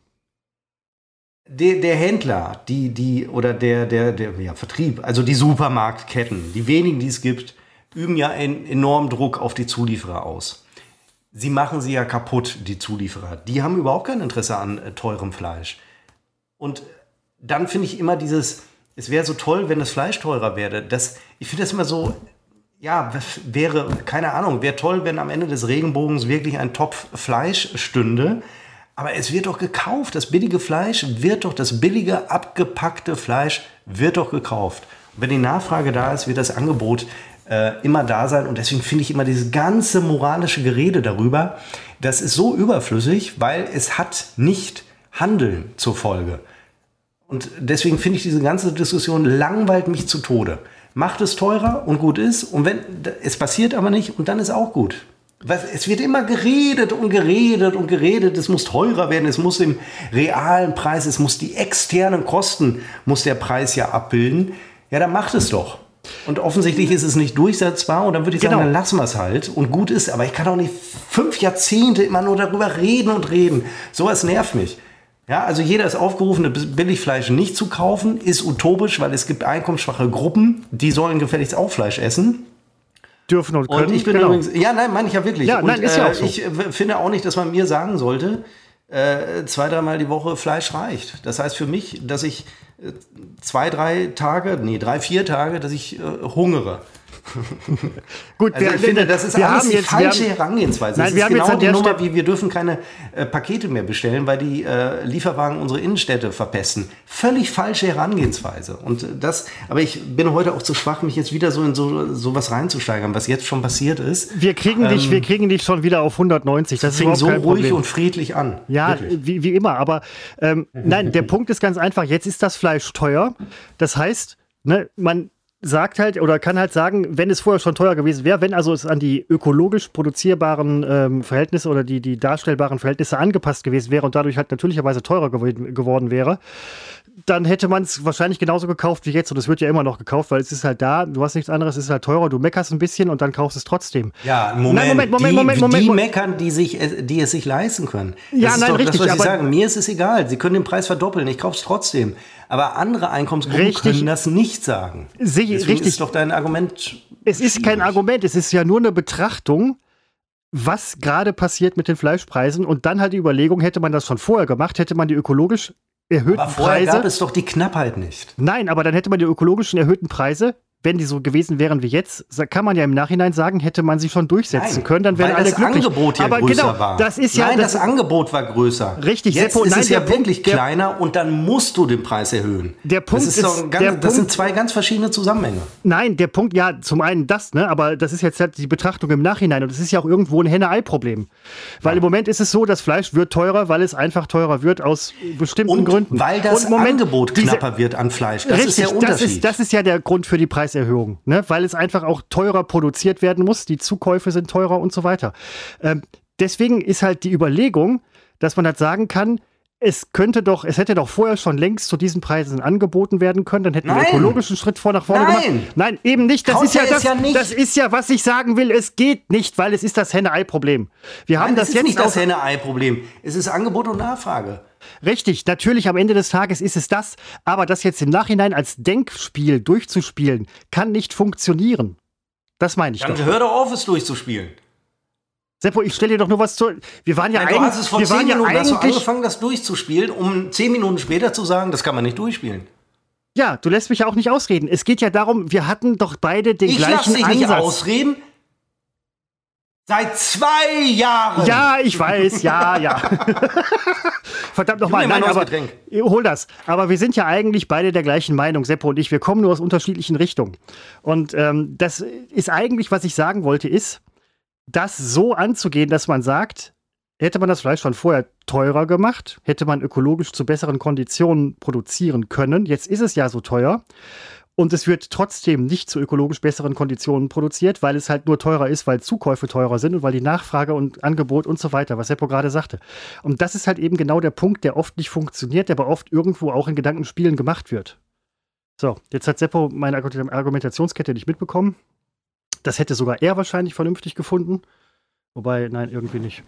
Der Händler, oder der Vertrieb, also die Supermarktketten, die wenigen, die es gibt, üben ja einen enormen Druck auf die Zulieferer aus. Sie machen sie ja kaputt, die Zulieferer. Die haben überhaupt kein Interesse an teurem Fleisch. Und dann finde ich immer es wäre so toll, wenn das Fleisch teurer wäre. Ich finde das immer so, ja, wäre toll, wenn am Ende des Regenbogens wirklich ein Topf Fleisch stünde. Aber es wird doch gekauft. Das billige Fleisch das billige, abgepackte Fleisch wird doch gekauft. Und wenn die Nachfrage da ist, wird das Angebot immer da sein. Und deswegen finde ich immer dieses ganze moralische Gerede darüber, das ist so überflüssig, weil es hat nicht Handeln zur Folge. Und deswegen finde ich diese ganze Diskussion langweilt mich zu Tode. Macht es teurer und gut ist. Und wenn es passiert aber nicht und dann ist auch gut. Es wird immer geredet und geredet und geredet. Es muss teurer werden. Es muss im realen Preis, es muss die externen Kosten, muss der Preis ja abbilden. Ja, dann macht es doch. Und offensichtlich ist es nicht durchsetzbar und dann würde ich sagen, dann lassen wir es halt und gut ist. Aber ich kann doch nicht 5 Jahrzehnte immer nur darüber reden und reden. Sowas nervt mich. Ja, also jeder ist aufgerufen, Billigfleisch nicht zu kaufen, ist utopisch, weil es gibt einkommensschwache Gruppen, die sollen gefälligst auch Fleisch essen. Dürfen und können. Und ich bin übrigens, meine ich ja wirklich. Ja, und, ist ja auch so. Ich finde auch nicht, dass man mir sagen sollte, 2-3 Mal die Woche Fleisch reicht. Das heißt für mich, dass ich 3, 4 Tage, dass ich hungere. Gut, also ich finde, das ist alles die falsche Herangehensweise. Nein, das ist genau die Nummer, Stelle, wie wir dürfen keine Pakete mehr bestellen, weil die Lieferwagen unsere Innenstädte verpesten. Völlig falsche Herangehensweise. Aber ich bin heute auch zu schwach, mich jetzt wieder so in so was reinzusteigern, was jetzt schon passiert ist. Wir kriegen dich schon wieder auf 190. Das fing so ruhig und friedlich an. Ja, wie immer. Aber nein, der Punkt ist ganz einfach. Jetzt ist das Fleisch teuer. Das heißt, ne, man sagt halt oder kann halt sagen, wenn es vorher schon teuer gewesen wäre, wenn also es an die ökologisch produzierbaren Verhältnisse oder die darstellbaren Verhältnisse angepasst gewesen wäre und dadurch halt natürlicherweise teurer geworden wäre, dann hätte man es wahrscheinlich genauso gekauft wie jetzt und es wird ja immer noch gekauft, weil es ist halt da, du hast nichts anderes, es ist halt teurer, du meckerst ein bisschen und dann kaufst es trotzdem. Ja, Moment. Die meckern, die es sich leisten können. Ja, nein, richtig. Das, was Sie sagen, mir ist es egal, Sie können den Preis verdoppeln, ich kaufe es trotzdem. Aber andere Einkommensgruppen können das nicht sagen. Deswegen ist doch dein Argument Es ist kein Argument, es ist ja nur eine Betrachtung, was gerade passiert mit den Fleischpreisen und dann halt die Überlegung, hätte man das schon vorher gemacht, hätte man die ökologisch erhöhten Preise... Aber vorher gab es doch die Knappheit nicht. Nein, aber dann hätte man die ökologischen erhöhten Preise, wenn die so gewesen wären wie jetzt, kann man ja im Nachhinein sagen, hätte man sie schon durchsetzen können, dann wären alle glücklich. Das Angebot ja aber größer genau, war. Das Angebot war größer. Richtig, jetzt Seppo, ist es ja wirklich kleiner und dann musst du den Preis erhöhen. Das sind zwei ganz verschiedene Zusammenhänge. Nein, der Punkt, ja, zum einen das, ne, aber das ist jetzt halt die Betrachtung im Nachhinein und das ist ja auch irgendwo ein Henne-Ei-Problem. Weil im Moment ist es so, das Fleisch wird teurer, weil es einfach teurer wird aus bestimmten Gründen. Weil das Angebot knapper wird an Fleisch. Das ist der Unterschied. Das ist ja der Grund für die Preiserhöhung, ne? Weil es einfach auch teurer produziert werden muss, die Zukäufe sind teurer und so weiter. Deswegen ist halt die Überlegung, dass man halt sagen kann, es hätte doch vorher schon längst zu diesen Preisen angeboten werden können, dann hätten wir einen ökologischen Schritt nach vorne gemacht. Nein, eben nicht. Das ist ja, was ich sagen will, es geht nicht, weil es ist das Henne-Ei-Problem. Das ist nicht das Henne-Ei-Problem. Es ist Angebot und Nachfrage. Richtig, natürlich am Ende des Tages ist es das, aber das jetzt im Nachhinein als Denkspiel durchzuspielen, kann nicht funktionieren. Das meine ich doch. Dann hör doch auf, es durchzuspielen. Seppo, ich stelle dir doch nur was zu. Du hast es vor 10 Minuten angefangen, das durchzuspielen, um 10 Minuten später zu sagen, das kann man nicht durchspielen. Ja, du lässt mich ja auch nicht ausreden. Es geht ja darum, wir hatten doch beide den gleichen Ansatz. Ich lasse dich nicht ausreden. Seit 2 Jahren. Ja, ich weiß, ja. Verdammt nochmal, nein, aber hol das. Aber wir sind ja eigentlich beide der gleichen Meinung, Seppo und ich. Wir kommen nur aus unterschiedlichen Richtungen. Und das ist eigentlich, was ich sagen wollte, ist, das so anzugehen, dass man sagt, hätte man das Fleisch schon vorher teurer gemacht, hätte man ökologisch zu besseren Konditionen produzieren können. Jetzt ist es ja so teuer. Und es wird trotzdem nicht zu ökologisch besseren Konditionen produziert, weil es halt nur teurer ist, weil Zukäufe teurer sind und weil die Nachfrage und Angebot und so weiter, was Seppo gerade sagte. Und das ist halt eben genau der Punkt, der oft nicht funktioniert, der aber oft irgendwo auch in Gedankenspielen gemacht wird. So, jetzt hat Seppo meine Argumentationskette nicht mitbekommen. Das hätte sogar er wahrscheinlich vernünftig gefunden. Wobei, nein, irgendwie nicht.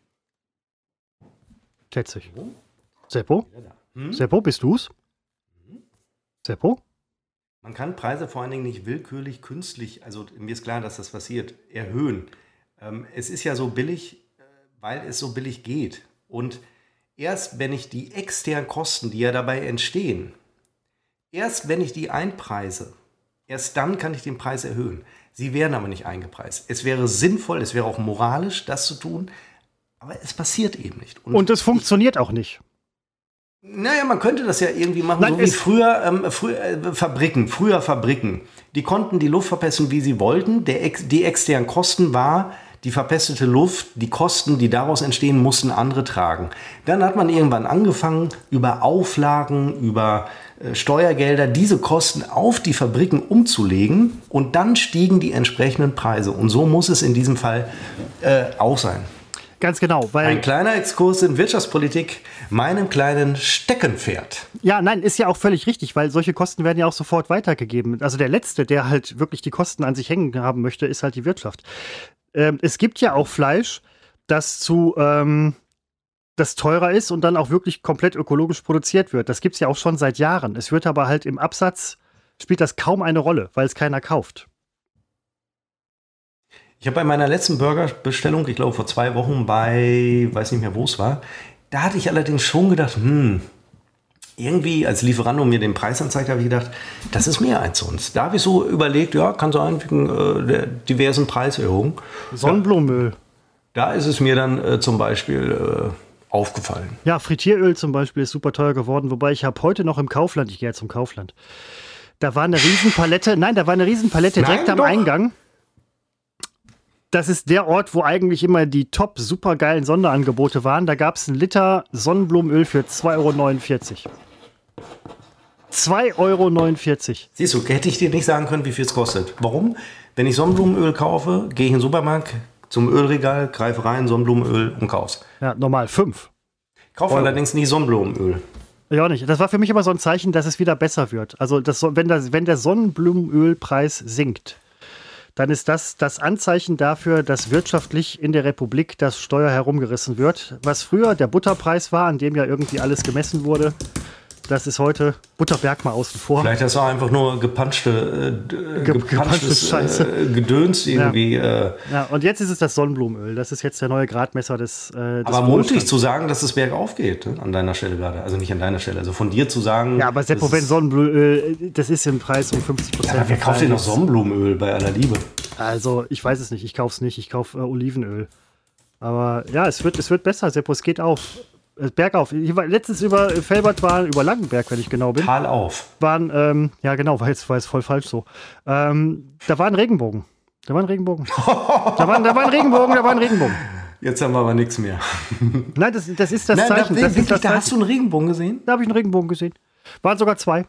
Tätzig. Seppo? Seppo, bist du's? Seppo? Man kann Preise vor allen Dingen nicht willkürlich, künstlich, also mir ist klar, dass das passiert, erhöhen. Es ist ja so billig, weil es so billig geht. Und erst wenn ich die externen Kosten, die ja dabei entstehen, erst wenn ich die einpreise, erst dann kann ich den Preis erhöhen. Sie werden aber nicht eingepreist. Es wäre sinnvoll, es wäre auch moralisch, das zu tun, aber es passiert eben nicht. Und es funktioniert auch nicht. Naja, man könnte das ja irgendwie machen, so wie früher Fabriken. Die konnten die Luft verpesten, wie sie wollten. Die externen Kosten war die verpestete Luft, die Kosten, die daraus entstehen, mussten andere tragen. Dann hat man irgendwann angefangen, über Auflagen, über Steuergelder diese Kosten auf die Fabriken umzulegen und dann stiegen die entsprechenden Preise. Und so muss es in diesem Fall auch sein. Ganz genau. Weil ein kleiner Exkurs in Wirtschaftspolitik, meinem kleinen Steckenpferd. Ja, nein, ist ja auch völlig richtig, weil solche Kosten werden ja auch sofort weitergegeben. Also der Letzte, der halt wirklich die Kosten an sich hängen haben möchte, ist halt die Wirtschaft. Es gibt ja auch Fleisch, das teurer ist und dann auch wirklich komplett ökologisch produziert wird. Das gibt es ja auch schon seit Jahren. Es wird aber halt im Absatz, spielt das kaum eine Rolle, weil es keiner kauft. Ich habe bei meiner letzten Burgerbestellung, ich glaube vor 2 Wochen weiß nicht mehr, wo es war, da hatte ich allerdings schon gedacht, irgendwie, als Lieferando mir den Preis anzeigt, habe ich gedacht, das ist mehr als sonst. Da habe ich so überlegt, ja, kann sein, wegen der diversen Preiserhöhungen. Sonnenblumenöl. Da ist es mir dann zum Beispiel aufgefallen. Ja, Frittieröl zum Beispiel ist super teuer geworden, wobei ich habe heute noch im Kaufland, ich gehe jetzt zum Kaufland, da war eine Riesenpalette, direkt am Eingang. Das ist der Ort, wo eigentlich immer die top supergeilen Sonderangebote waren. Da gab es einen Liter Sonnenblumenöl für 2,49 €. 2,49 €. Siehst du, hätte ich dir nicht sagen können, wie viel es kostet. Warum? Wenn ich Sonnenblumenöl kaufe, gehe ich in den Supermarkt zum Ölregal, greife rein, Sonnenblumenöl und kauf's. Ja, normal 5. Ich kaufe allerdings nie Sonnenblumenöl. Ja, auch nicht. Das war für mich immer so ein Zeichen, dass es wieder besser wird. Also, wenn der Sonnenblumenölpreis sinkt, dann ist das Anzeichen dafür, dass wirtschaftlich in der Republik das Steuer herumgerissen wird. Was früher der Butterpreis war, an dem ja irgendwie alles gemessen wurde, das ist heute Butterberg mal außen vor. Vielleicht ist auch einfach nur gepanschtes Scheiße. Gedöns irgendwie. Ja, und jetzt ist es das Sonnenblumenöl. Das ist jetzt der neue Gradmesser des Aber mutig zu sagen, dass es bergauf geht, ne? An deiner Stelle gerade. Also nicht an deiner Stelle. Also von dir zu sagen. Ja, aber Seppo, wenn Sonnenblumenöl, das ist im Preis um 50%. Ja, wer kauft denn noch Sonnenblumenöl bei aller Liebe? Also, ich weiß es nicht. Ich kaufe es nicht. Ich kaufe Olivenöl. Aber ja, es wird besser, Seppo. Es geht auf. Bergauf. Ich war letztens über Felbert, über Langenberg, wenn ich genau bin. Tal auf. Ja genau, war jetzt voll falsch so. Da war ein Regenbogen. Da war ein Regenbogen. Jetzt haben wir aber nichts mehr. Nein, das ist das Zeichen. Da hast du einen Regenbogen gesehen? Da habe ich einen Regenbogen gesehen. Waren sogar 2.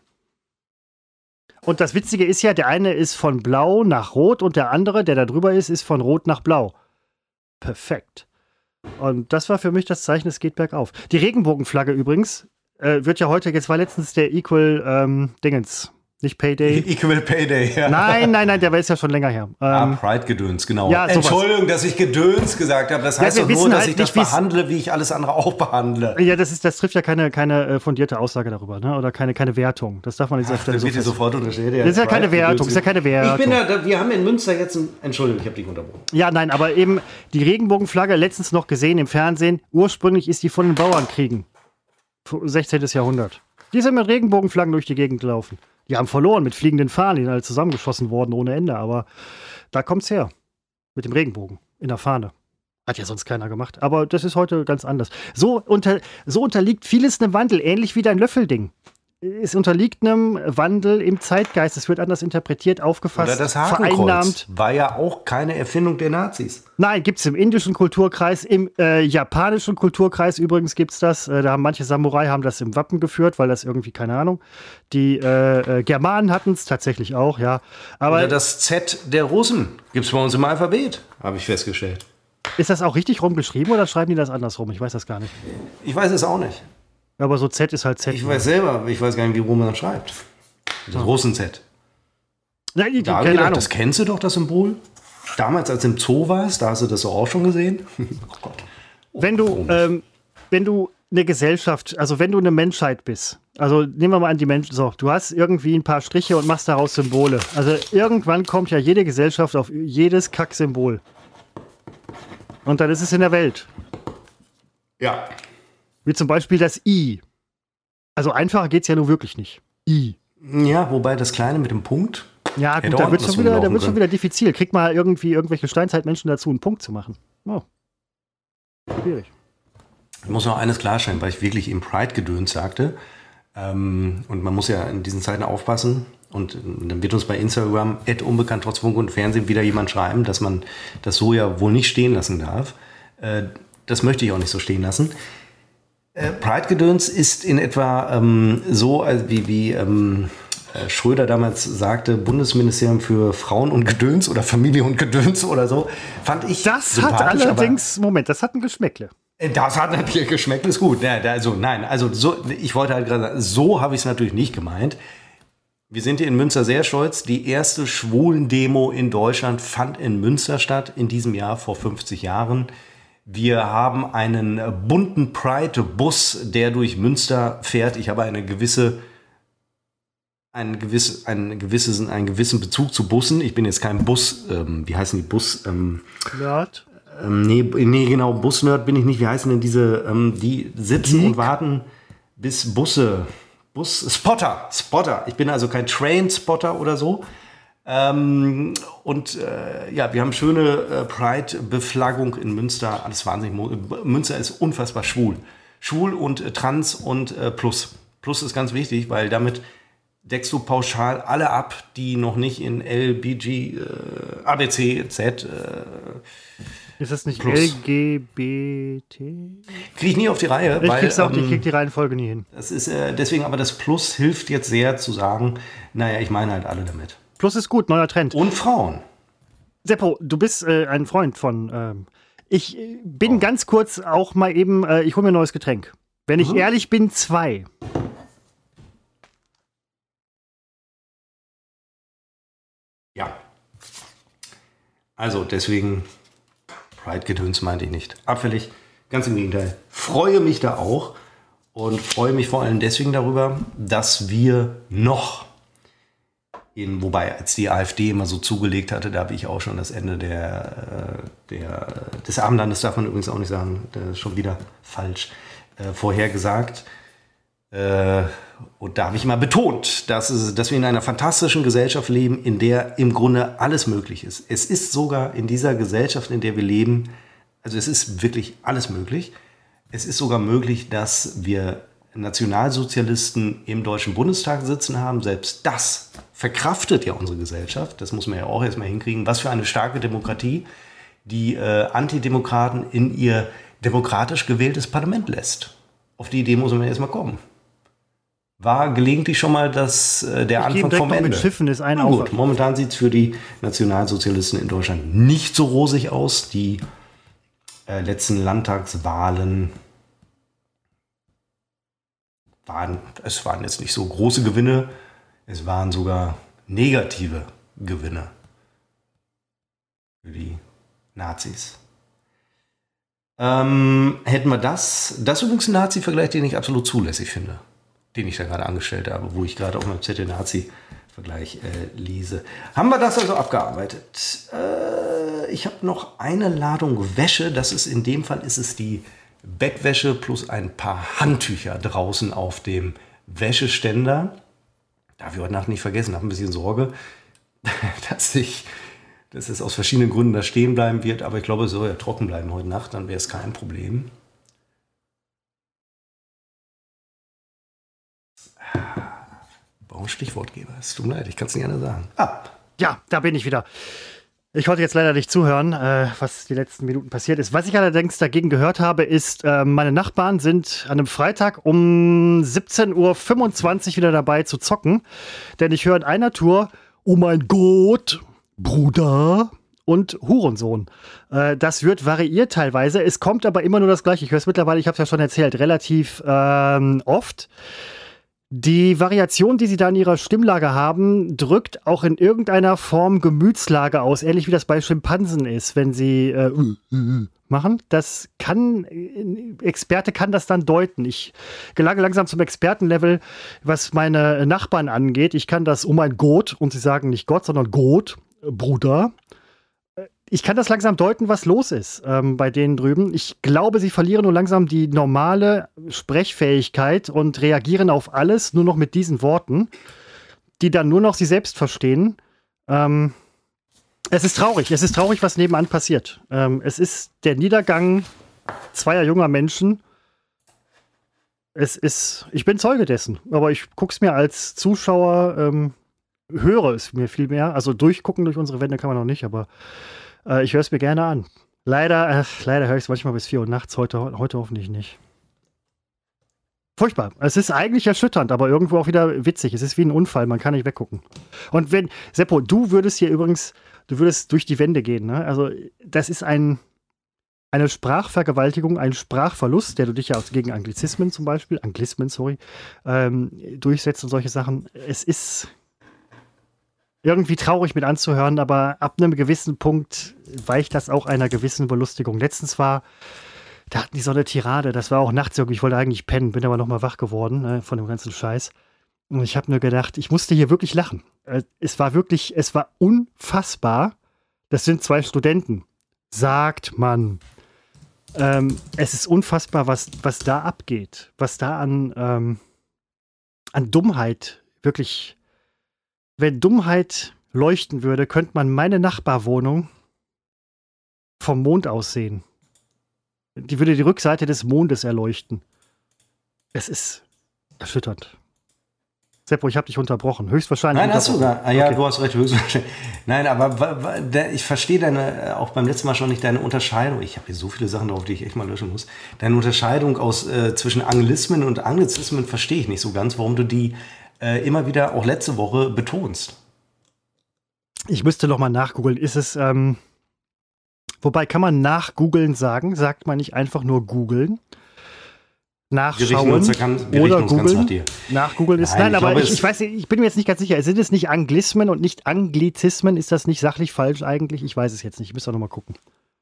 Und das Witzige ist ja, der eine ist von blau nach rot und der andere, der da drüber ist von rot nach blau. Perfekt. Und das war für mich das Zeichen, es geht bergauf. Die Regenbogenflagge übrigens wird ja heute, jetzt war letztens der Equal Dingens, nicht Payday. Equal Payday, ja. Nein, der ist ja schon länger her. Pride-Gedöns, genau. Ja, Entschuldigung, dass ich Gedöns gesagt habe. Das heißt doch nur, dass ich das behandle, wie ich alles andere auch behandle. Ja, das trifft ja keine fundierte Aussage darüber, ne? Oder keine Wertung. Das darf man an dieser Stelle so fest. Sofort unterstellt. Das ist ja keine Wertung, Wir haben in Münster jetzt Entschuldigung, ich habe dich unterbrochen. Ja, nein, aber eben die Regenbogenflagge, letztens noch gesehen im Fernsehen, ursprünglich ist die von den Bauernkriegen. 16. Jahrhundert. Die sind mit Regenbogenflaggen durch die Gegend gelaufen. Die haben verloren mit fliegenden Fahnen, die sind alle zusammengeschossen worden ohne Ende. Aber da kommt's her. Mit dem Regenbogen in der Fahne. Hat ja sonst keiner gemacht. Aber das ist heute ganz anders. So unterliegt vieles einem Wandel, ähnlich wie dein Löffelding. Es unterliegt einem Wandel im Zeitgeist. Es wird anders interpretiert, aufgefasst, oder das Hakenkreuz vereinnahmt. War ja auch keine Erfindung der Nazis. Nein, gibt es im indischen Kulturkreis, im japanischen Kulturkreis übrigens gibt es das. Da haben manche Samurai das im Wappen geführt, weil das irgendwie, keine Ahnung. Die Germanen hatten es tatsächlich auch, ja. Aber oder das Z der Russen gibt es bei uns im Alphabet, habe ich festgestellt. Ist das auch richtig rumgeschrieben oder schreiben die das andersrum? Ich weiß das gar nicht. Ich weiß es auch nicht. Aber so Z ist halt Z. Ich weiß selber, ich weiß gar nicht, wie rum man schreibt. Das Russen-Z. Nein, keine Ahnung. Das kennst du doch, das Symbol? Damals, als du im Zoo warst, da hast du das auch schon gesehen. Oh Gott. Wenn du eine Gesellschaft, also wenn du eine Menschheit bist, also nehmen wir mal an die Menschen, so, du hast irgendwie ein paar Striche und machst daraus Symbole. Also irgendwann kommt ja jede Gesellschaft auf jedes Kack-Symbol. Und dann ist es in der Welt. Ja. Wie zum Beispiel das I. Also einfacher geht es ja nur wirklich nicht. I. Ja, wobei das Kleine mit dem Punkt. Ja, gut, da wird schon wieder diffizil. Kriegt mal irgendwelche Steinzeitmenschen dazu, einen Punkt zu machen. Oh. Schwierig. Ich muss noch eines klarstellen, weil ich wirklich im Pride-Gedöns sagte. Und man muss ja in diesen Zeiten aufpassen. Und dann wird uns bei Instagram @unbekannt trotz Funk und Fernsehen wieder jemand schreiben, dass man das so ja wohl nicht stehen lassen darf. Das möchte ich auch nicht so stehen lassen. Pride-Gedöns ist in etwa so, wie Schröder damals sagte, Bundesministerium für Frauen und Gedöns oder Familie und Gedöns oder so, fand ich das hat allerdings, Moment, das hat ein Geschmäckle. Das hat natürlich Geschmäckle, ist gut. Ich wollte halt gerade sagen, so habe ich es natürlich nicht gemeint. Wir sind hier in Münster sehr stolz. Die erste Schwulen-Demo in Deutschland fand in Münster statt, in diesem Jahr vor 50 Jahren. Wir haben einen bunten Pride-Bus, der durch Münster fährt. Ich habe einen gewissen gewissen Bezug zu Bussen. Ich bin jetzt kein Bus, wie heißen die Bus? Nerd? Nee, genau, Busnerd bin ich nicht. Wie heißen denn diese, die sitzen und warten, bis Busse Spotter. Ich bin also kein Train-Spotter oder so. Ja, wir haben schöne Pride-Beflaggung in Münster. Alles wahnsinnig. Münster ist unfassbar schwul. Schwul und trans und plus. Plus ist ganz wichtig, weil damit deckst du pauschal alle ab, die noch nicht in L, B, G, A, B, C, Z. Ist das nicht plus. LGBT? Kriege ich nie auf die Reihe. Ich krieg die Reihenfolge nie hin. Das ist deswegen, aber das Plus hilft jetzt sehr zu sagen, naja, ich meine halt alle damit. Plus ist gut, neuer Trend. Und Frauen. Seppo, du bist ein Freund von. Ich bin ganz kurz auch mal eben, ich hole mir ein neues Getränk. Wenn ich ehrlich bin, 2. Ja. Also deswegen, Pride-Gedöns meinte ich nicht. Abfällig, ganz im Gegenteil. Freue mich da auch und freue mich vor allem deswegen darüber, dass wir noch wobei, als die AfD immer so zugelegt hatte, da habe ich auch schon das Ende des Abendlandes, darf man übrigens auch nicht sagen, das ist schon wieder falsch, vorhergesagt. Und da habe ich mal betont, dass wir in einer fantastischen Gesellschaft leben, in der im Grunde alles möglich ist. Es ist sogar in dieser Gesellschaft, in der wir leben, also es ist wirklich alles möglich. Es ist sogar möglich, dass wir Nationalsozialisten im Deutschen Bundestag sitzen haben. Selbst das verkraftet ja unsere Gesellschaft. Das muss man ja auch erstmal hinkriegen. Was für eine starke Demokratie, die Antidemokraten in ihr demokratisch gewähltes Parlament lässt. Auf die Idee muss man erstmal kommen. War gelegentlich schon mal der Anfang vom Ende. Mit Schiffen ist ein Gut, momentan sieht es für die Nationalsozialisten in Deutschland nicht so rosig aus. Die letzten Landtagswahlen waren jetzt nicht so große Gewinne. Es waren sogar negative Gewinne für die Nazis. Hätten wir das ist übrigens ein Nazi-Vergleich, den ich absolut zulässig finde, den ich da gerade angestellt habe, wo ich gerade auf meinem Zettel Nazi-Vergleich lese. Haben wir das also abgearbeitet? Ich habe noch eine Ladung Wäsche. In dem Fall ist es die Bettwäsche plus ein paar Handtücher draußen auf dem Wäscheständer. Darf ich heute Nacht nicht vergessen, habe ein bisschen Sorge, dass es aus verschiedenen Gründen da stehen bleiben wird. Aber ich glaube, es soll ja trocken bleiben heute Nacht, dann wäre es kein Problem. Warum Stichwortgeber? Es tut mir leid, ich kann es nicht anders sagen. Ja, da bin ich wieder. Ich konnte jetzt leider nicht zuhören, was die letzten Minuten passiert ist. Was ich allerdings dagegen gehört habe, ist, meine Nachbarn sind an einem Freitag um 17:25 Uhr wieder dabei zu zocken. Denn ich höre in einer Tour, oh mein Gott, Bruder und Hurensohn. Das wird variiert teilweise. Es kommt aber immer nur das Gleiche. Ich höre es mittlerweile, ich habe es ja schon erzählt, relativ oft. Die Variation, die sie da in ihrer Stimmlage haben, drückt auch in irgendeiner Form Gemütslage aus, ähnlich wie das bei Schimpansen ist, wenn sie machen. Experte kann das dann deuten. Ich gelange langsam zum Expertenlevel, was meine Nachbarn angeht. Ich kann das, oh mein Gott, und sie sagen nicht Gott, sondern Gott, Bruder. Ich kann das langsam deuten, was los ist bei denen drüben. Ich glaube, sie verlieren nur langsam die normale Sprechfähigkeit und reagieren auf alles nur noch mit diesen Worten, die dann nur noch sie selbst verstehen. Es ist traurig, was nebenan passiert. Es ist der Niedergang zweier junger Menschen. Ich bin Zeuge dessen, aber ich gucke es mir als Zuschauer, höre es mir viel mehr. Also durchgucken durch unsere Wände kann man noch nicht, aber ich höre es mir gerne an. Leider höre ich es manchmal bis 4 Uhr nachts, heute hoffentlich nicht. Furchtbar. Es ist eigentlich erschütternd, aber irgendwo auch wieder witzig. Es ist wie ein Unfall, man kann nicht weggucken. Und Seppo, du würdest durch die Wände gehen, ne? Also das ist eine Sprachvergewaltigung, ein Sprachverlust, der du dich ja gegen Anglizismen, durchsetzt und solche Sachen. Es ist irgendwie traurig mit anzuhören, aber ab einem gewissen Punkt weicht das auch einer gewissen Belustigung. Letztens da hatten die so eine Tirade, das war auch nachts irgendwie, ich wollte eigentlich pennen, bin aber nochmal wach geworden von dem ganzen Scheiß. Und ich habe nur gedacht, ich musste hier wirklich lachen. Es war unfassbar. Das sind 2 Studenten, sagt man. Es ist unfassbar, was da abgeht, was da an an Dummheit, wirklich, wenn Dummheit leuchten würde, könnte man meine Nachbarwohnung vom Mond aus sehen. Die würde die Rückseite des Mondes erleuchten. Es ist erschütternd. Seppo, ich habe dich unterbrochen. Höchstwahrscheinlich. Nein, hast du gar. Ja, okay. Du hast recht, höchstwahrscheinlich. Nein, aber ich verstehe auch beim letzten Mal schon nicht deine Unterscheidung. Ich habe hier so viele Sachen drauf, die ich echt mal löschen muss. Deine Unterscheidung zwischen Anglismen und Anglizismen verstehe ich nicht so ganz, warum du die immer wieder auch letzte Woche betonst. Ich müsste noch mal nachgoogeln. Ist es, wobei, kann man nachgoogeln sagen? Sagt man nicht einfach nur googeln? Nachschauen oder googeln? Nachgoogeln ist, nein, aber ich weiß nicht, ich bin mir jetzt nicht ganz sicher. Sind es nicht Anglismen und nicht Anglizismen? Ist das nicht sachlich falsch eigentlich? Ich weiß es jetzt nicht. Ich müsste noch mal gucken.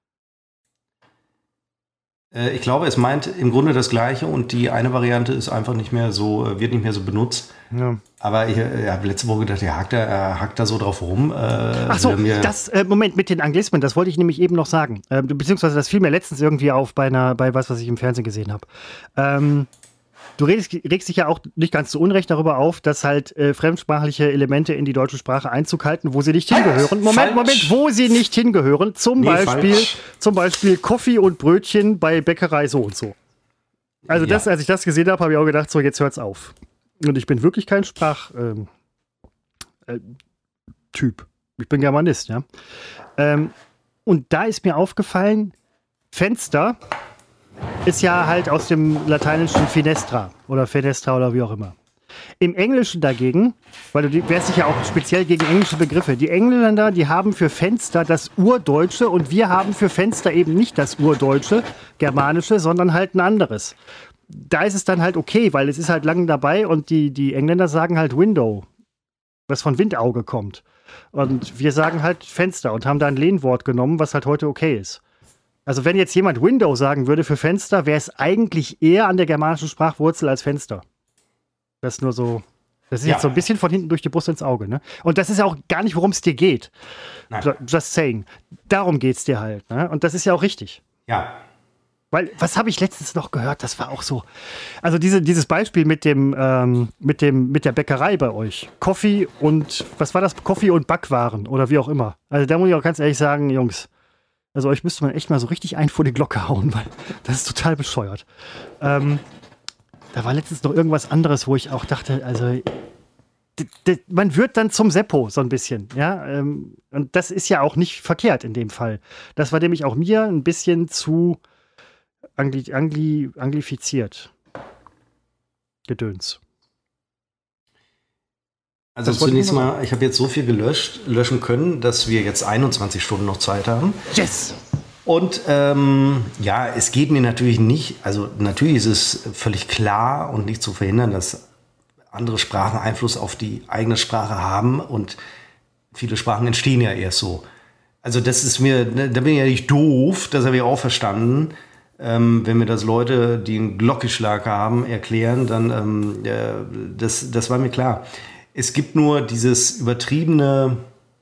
Ich glaube, es meint im Grunde das Gleiche und die eine Variante ist einfach nicht mehr so, wird nicht mehr so benutzt. Ja. Aber ich habe letzte Woche gedacht, er hackt da so drauf rum. Ach so, Moment, mit den Anglismen, das wollte ich nämlich eben noch sagen. Beziehungsweise das fiel mir letztens irgendwie auf bei was ich im Fernsehen gesehen habe. Du regst dich ja auch nicht ganz zu Unrecht darüber auf, dass halt fremdsprachliche Elemente in die deutsche Sprache Einzug halten, wo sie nicht hingehören. Moment, wo sie nicht hingehören. Zum Beispiel Kaffee und Brötchen bei Bäckerei so und so. Also als ich das gesehen habe, habe ich auch gedacht, so jetzt hört's auf. Und ich bin wirklich kein Sprachtyp. Ich bin Germanist, ja. Und da ist mir aufgefallen, Fenster ist ja halt aus dem lateinischen Finestra oder wie auch immer. Im Englischen dagegen, weil du wärst dich ja auch speziell gegen englische Begriffe, die Engländer, die haben für Fenster das Urdeutsche und wir haben für Fenster eben nicht das Urdeutsche, Germanische, sondern halt ein anderes. Da ist es dann halt okay, weil es ist halt lang dabei und die Engländer sagen halt Window, was von Windauge kommt. Und wir sagen halt Fenster und haben da ein Lehnwort genommen, was halt heute okay ist. Also wenn jetzt jemand Window sagen würde für Fenster, wäre es eigentlich eher an der germanischen Sprachwurzel als Fenster. Das ist nur so, das ist jetzt so ein bisschen von hinten durch die Brust ins Auge, ne? Und das ist ja auch gar nicht, worum es dir geht. Nein. Just saying. Darum geht's dir halt, ne? Und das ist ja auch richtig. Ja. Weil, was habe ich letztens noch gehört? Das war auch so. Also dieses Beispiel mit der Bäckerei bei euch. Kaffee und, was war das? Kaffee und Backwaren oder wie auch immer. Also da muss ich auch ganz ehrlich sagen, Jungs, also euch müsste man echt mal so richtig ein vor die Glocke hauen, weil das ist total bescheuert. Da war letztens noch irgendwas anderes, wo ich auch dachte, also man wird dann zum Seppo so ein bisschen, ja. Und das ist ja auch nicht verkehrt in dem Fall. Das war nämlich auch mir ein bisschen zu anglifiziert. Gedöns. Also zunächst mal, ich habe jetzt so viel löschen können, dass wir jetzt 21 Stunden noch Zeit haben. Yes! Und es geht mir natürlich nicht, also natürlich ist es völlig klar und nicht zu verhindern, dass andere Sprachen Einfluss auf die eigene Sprache haben und viele Sprachen entstehen ja erst so. Also das ist mir, da bin ich ja nicht doof, das habe ich auch verstanden. Wenn mir das Leute, die einen Glockenschlag haben, erklären, dann das war mir klar. Es gibt nur dieses übertriebene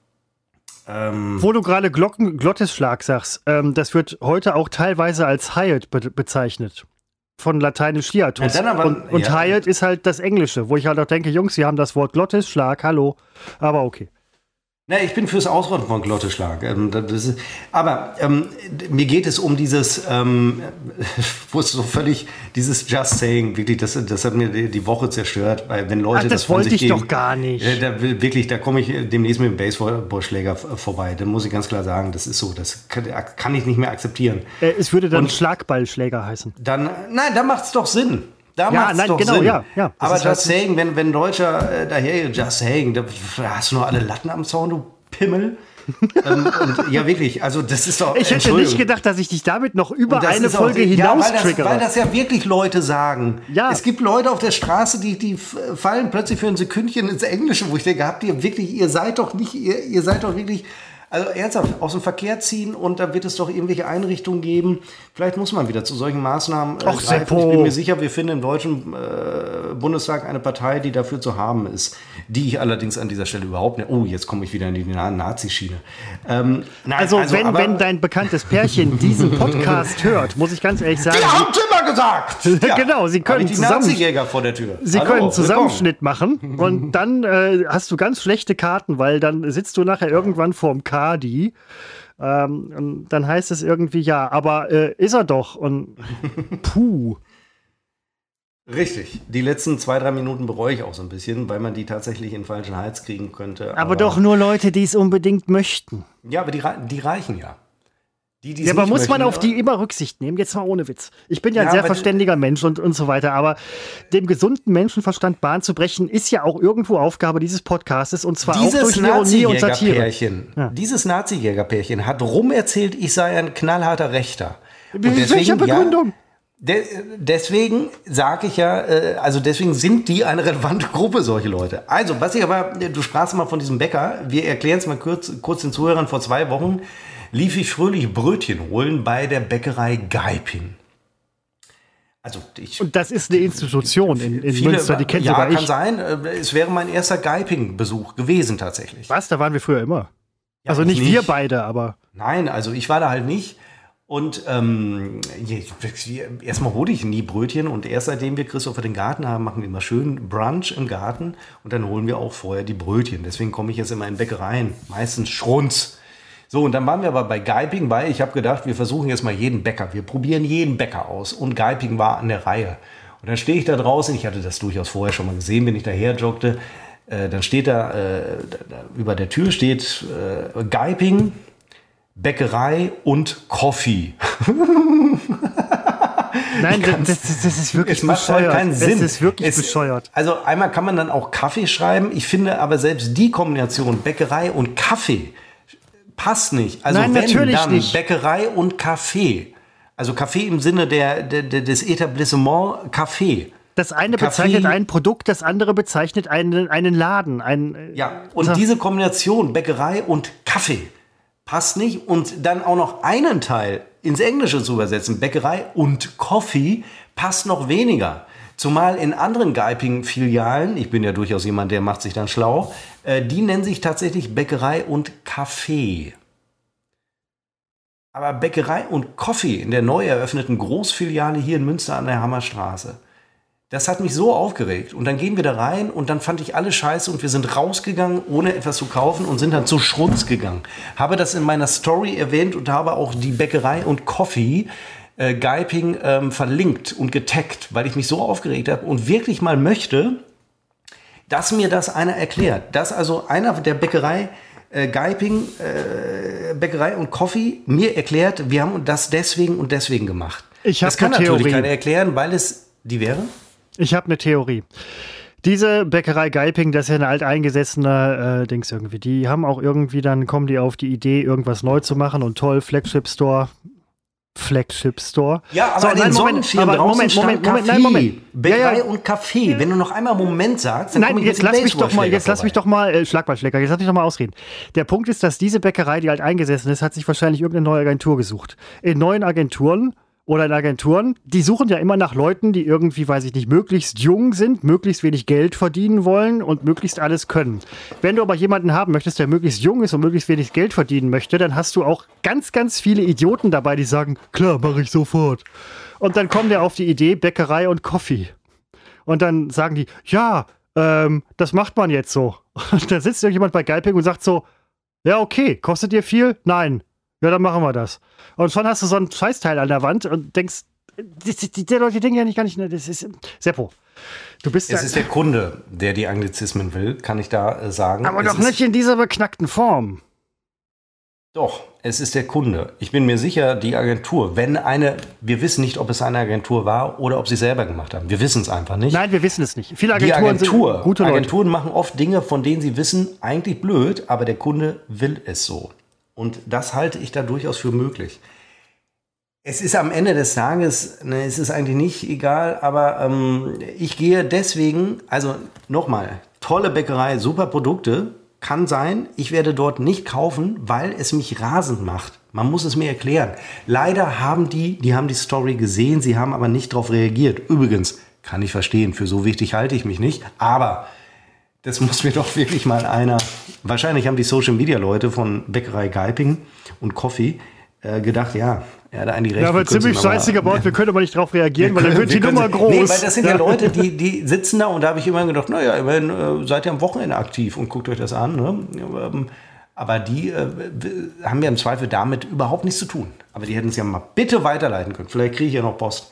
wo du gerade Glottisschlag sagst, das wird heute auch teilweise als Hiatus bezeichnet. Von lateinisch Hiatus. Ja, und Hiatus ist halt das Englische, wo ich halt auch denke, Jungs, Sie haben das Wort Glottisschlag, hallo. Aber okay. Na, ich bin fürs Ausrotten von Glottisschlag. Aber mir geht es um dieses, wo es so völlig, dieses Just Saying, wirklich, das hat mir die Woche zerstört, weil wenn Leute das von sich geben. Das wollte ich doch gar nicht. Da komme ich demnächst mit dem Baseballschläger vorbei. Dann muss ich ganz klar sagen, das ist so, das kann ich nicht mehr akzeptieren. Es würde dann Schlagballschläger heißen. Dann macht es doch Sinn. Da macht es doch Sinn. Ja, aber Just Saying, wenn ein Deutscher daher Just Saying, da hast du noch alle Latten am Zaun, du Pimmel. Und ja, wirklich, also das ist doch. Ich hätte nicht gedacht, dass ich dich damit noch über eine Folge hinaus triggere. Weil das ja wirklich Leute sagen. Ja. Es gibt Leute auf der Straße, die fallen plötzlich für ein Sekündchen ins Englische, wo ich denke, ihr seid doch wirklich. Also ernsthaft, aus dem Verkehr ziehen und da wird es doch irgendwelche Einrichtungen geben. Vielleicht muss man wieder zu solchen Maßnahmen greifen. Ich bin mir sicher, wir finden im Deutschen Bundestag eine Partei, die dafür zu haben ist. Die ich allerdings an dieser Stelle überhaupt nicht... Oh, jetzt komme ich wieder in die Nazi-Schiene. Wenn dein bekanntes Pärchen diesen Podcast hört, muss ich ganz ehrlich sagen... Die haben Timmer gesagt. Ja, genau, sie können die Nazi-Jäger vor der Tür. Sie können Zusammenschnitt machen und dann hast du ganz schlechte Karten, weil dann sitzt du nachher irgendwann vorm Kadi. Und dann heißt es irgendwie, ja, aber ist er doch. Und puh. Richtig. Die letzten 2-3 Minuten bereue ich auch so ein bisschen, weil man die tatsächlich in den falschen Hals kriegen könnte. Aber doch nur Leute, die es unbedingt möchten. Ja, aber die reichen ja. Ja, aber muss man auf die immer Rücksicht nehmen? Jetzt mal ohne Witz. Ich bin ja ein sehr verständiger Mensch und so weiter, aber dem gesunden Menschenverstand Bahn zu brechen, ist ja auch irgendwo Aufgabe dieses Podcastes und zwar auch durch Ironie und Satire. Dieses Nazi-Jäger-Pärchen hat rumerzählt, ich sei ein knallharter Rechter. Mit welcher Begründung? Deswegen sage ich ja, also deswegen sind die eine relevante Gruppe, solche Leute. Also, du sprachst mal von diesem Bäcker, wir erklären es mal kurz den Zuhörern, vor 2 Wochen lief ich fröhlich Brötchen holen bei der Bäckerei Geiping. Also und das ist eine Institution in Münster, die kennt sogar ich. Ja, kann sein. Es wäre mein erster Geiping-Besuch gewesen tatsächlich. Was? Da waren wir früher immer. Ja, also nicht wir beide, aber... Nein, also ich war da halt nicht. Und erstmal hole ich nie Brötchen und erst seitdem wir Christopher den Garten haben, machen wir immer schön Brunch im Garten und dann holen wir auch vorher die Brötchen. Deswegen komme ich jetzt immer in Bäckereien, meistens Schrunz. So, und dann waren wir aber bei Geiping, weil ich habe gedacht, wir versuchen jetzt mal jeden Bäcker. Wir probieren jeden Bäcker aus. Und Geiping war an der Reihe. Und dann stehe ich da draußen, ich hatte das durchaus vorher schon mal gesehen, wenn ich daher joggte. Dann steht da über der Tür steht Geiping, Bäckerei und Coffee. Nein, das ist wirklich bescheuert. Halt keinen Sinn. Das ist wirklich bescheuert. Also einmal kann man dann auch Kaffee schreiben. Ich finde aber selbst die Kombination Bäckerei und Kaffee passt nicht. Also nein, wenn, natürlich dann nicht. Bäckerei und Kaffee. Also Kaffee im Sinne des Etablissement Kaffee. Das eine bezeichnet ein Produkt, das andere bezeichnet einen Laden. Ja, und diese Kombination Bäckerei und Kaffee passt nicht. Und dann auch noch einen Teil ins Englische zu übersetzen, Bäckerei und Coffee, passt noch weniger. Zumal in anderen Geiping-Filialen, ich bin ja durchaus jemand, der macht sich dann schlau, die nennen sich tatsächlich Bäckerei und Kaffee. Aber Bäckerei und Coffee in der neu eröffneten Großfiliale hier in Münster an der Hammerstraße, das hat mich so aufgeregt. Und dann gehen wir da rein und dann fand ich alles scheiße und wir sind rausgegangen, ohne etwas zu kaufen und sind dann zu Schrunz gegangen. Habe das in meiner Story erwähnt und habe auch die Bäckerei und Coffee Geiping verlinkt und getaggt, weil ich mich so aufgeregt habe und wirklich mal möchte, dass mir das einer erklärt. Dass also einer der Bäckerei Geiping, Bäckerei und Coffee mir erklärt, wir haben das deswegen und deswegen gemacht. Das kann natürlich keiner erklären, weil es die wäre. Ich habe eine Theorie. Diese Bäckerei Geiping, das ist ja eine alteingesessene Dings irgendwie. Die haben auch irgendwie, dann kommen die auf die Idee, irgendwas neu zu machen und toll, Flagship Store. Ja, aber so, Moment, Bäckerei und Kaffee. Wenn du noch einmal Moment sagst, dann jetzt lass mich doch mal, Schlagballschläger, jetzt lass mich doch mal ausreden. Der Punkt ist, dass diese Bäckerei, die halt eingesessen ist, hat sich wahrscheinlich irgendeine neue Agentur gesucht. In neuen Agenturen oder in Agenturen, die suchen ja immer nach Leuten, die irgendwie, weiß ich nicht, möglichst jung sind, möglichst wenig Geld verdienen wollen und möglichst alles können. Wenn du aber jemanden haben möchtest, der möglichst jung ist und möglichst wenig Geld verdienen möchte, dann hast du auch ganz, ganz viele Idioten dabei, die sagen, klar, mache ich sofort. Und dann kommt der auf die Idee, Bäckerei und Coffee. Und dann sagen die, ja, das macht man jetzt so. Und da sitzt irgendjemand bei Geiping und sagt so, ja, okay, kostet dir viel? Nein. Ja, dann machen wir das. Und schon hast du so ein Scheißteil an der Wand und denkst, die Leute denken ja nicht gar nicht, das ist Seppo. Es ist der Kunde, der die Anglizismen will, kann ich da sagen. Aber doch nicht in dieser beknackten Form. Doch, es ist der Kunde. Ich bin mir sicher, die Agentur, wir wissen nicht, ob es eine Agentur war oder ob sie es selber gemacht haben. Wir wissen es einfach nicht. Nein, wir wissen es nicht. Viele Agenturen sind gute Leute. Agenturen machen oft Dinge, von denen sie wissen, eigentlich blöd, aber der Kunde will es so. Und das halte ich da durchaus für möglich. Es ist am Ende des Tages, es ist eigentlich nicht egal, aber ich gehe deswegen, also nochmal, tolle Bäckerei, super Produkte, kann sein, ich werde dort nicht kaufen, weil es mich rasend macht. Man muss es mir erklären. Leider haben die haben die Story gesehen, sie haben aber nicht darauf reagiert. Übrigens, kann ich verstehen, für so wichtig halte ich mich nicht, aber das muss mir doch wirklich mal wahrscheinlich haben die Social-Media-Leute von Bäckerei Geiping und Coffee gedacht, ja, Er hat eigentlich recht. Ja, aber ziemlich scheiße gebaut, wir können aber nicht drauf reagieren, weil dann wird die Nummer groß. Nee, weil das sind ja Leute, die sitzen da und da habe ich immer gedacht, naja, immerhin seid ihr am Wochenende aktiv und guckt euch das an. Ne? Aber die haben ja im Zweifel damit überhaupt nichts zu tun. Aber die hätten es ja mal bitte weiterleiten können. Vielleicht kriege ich ja noch Post.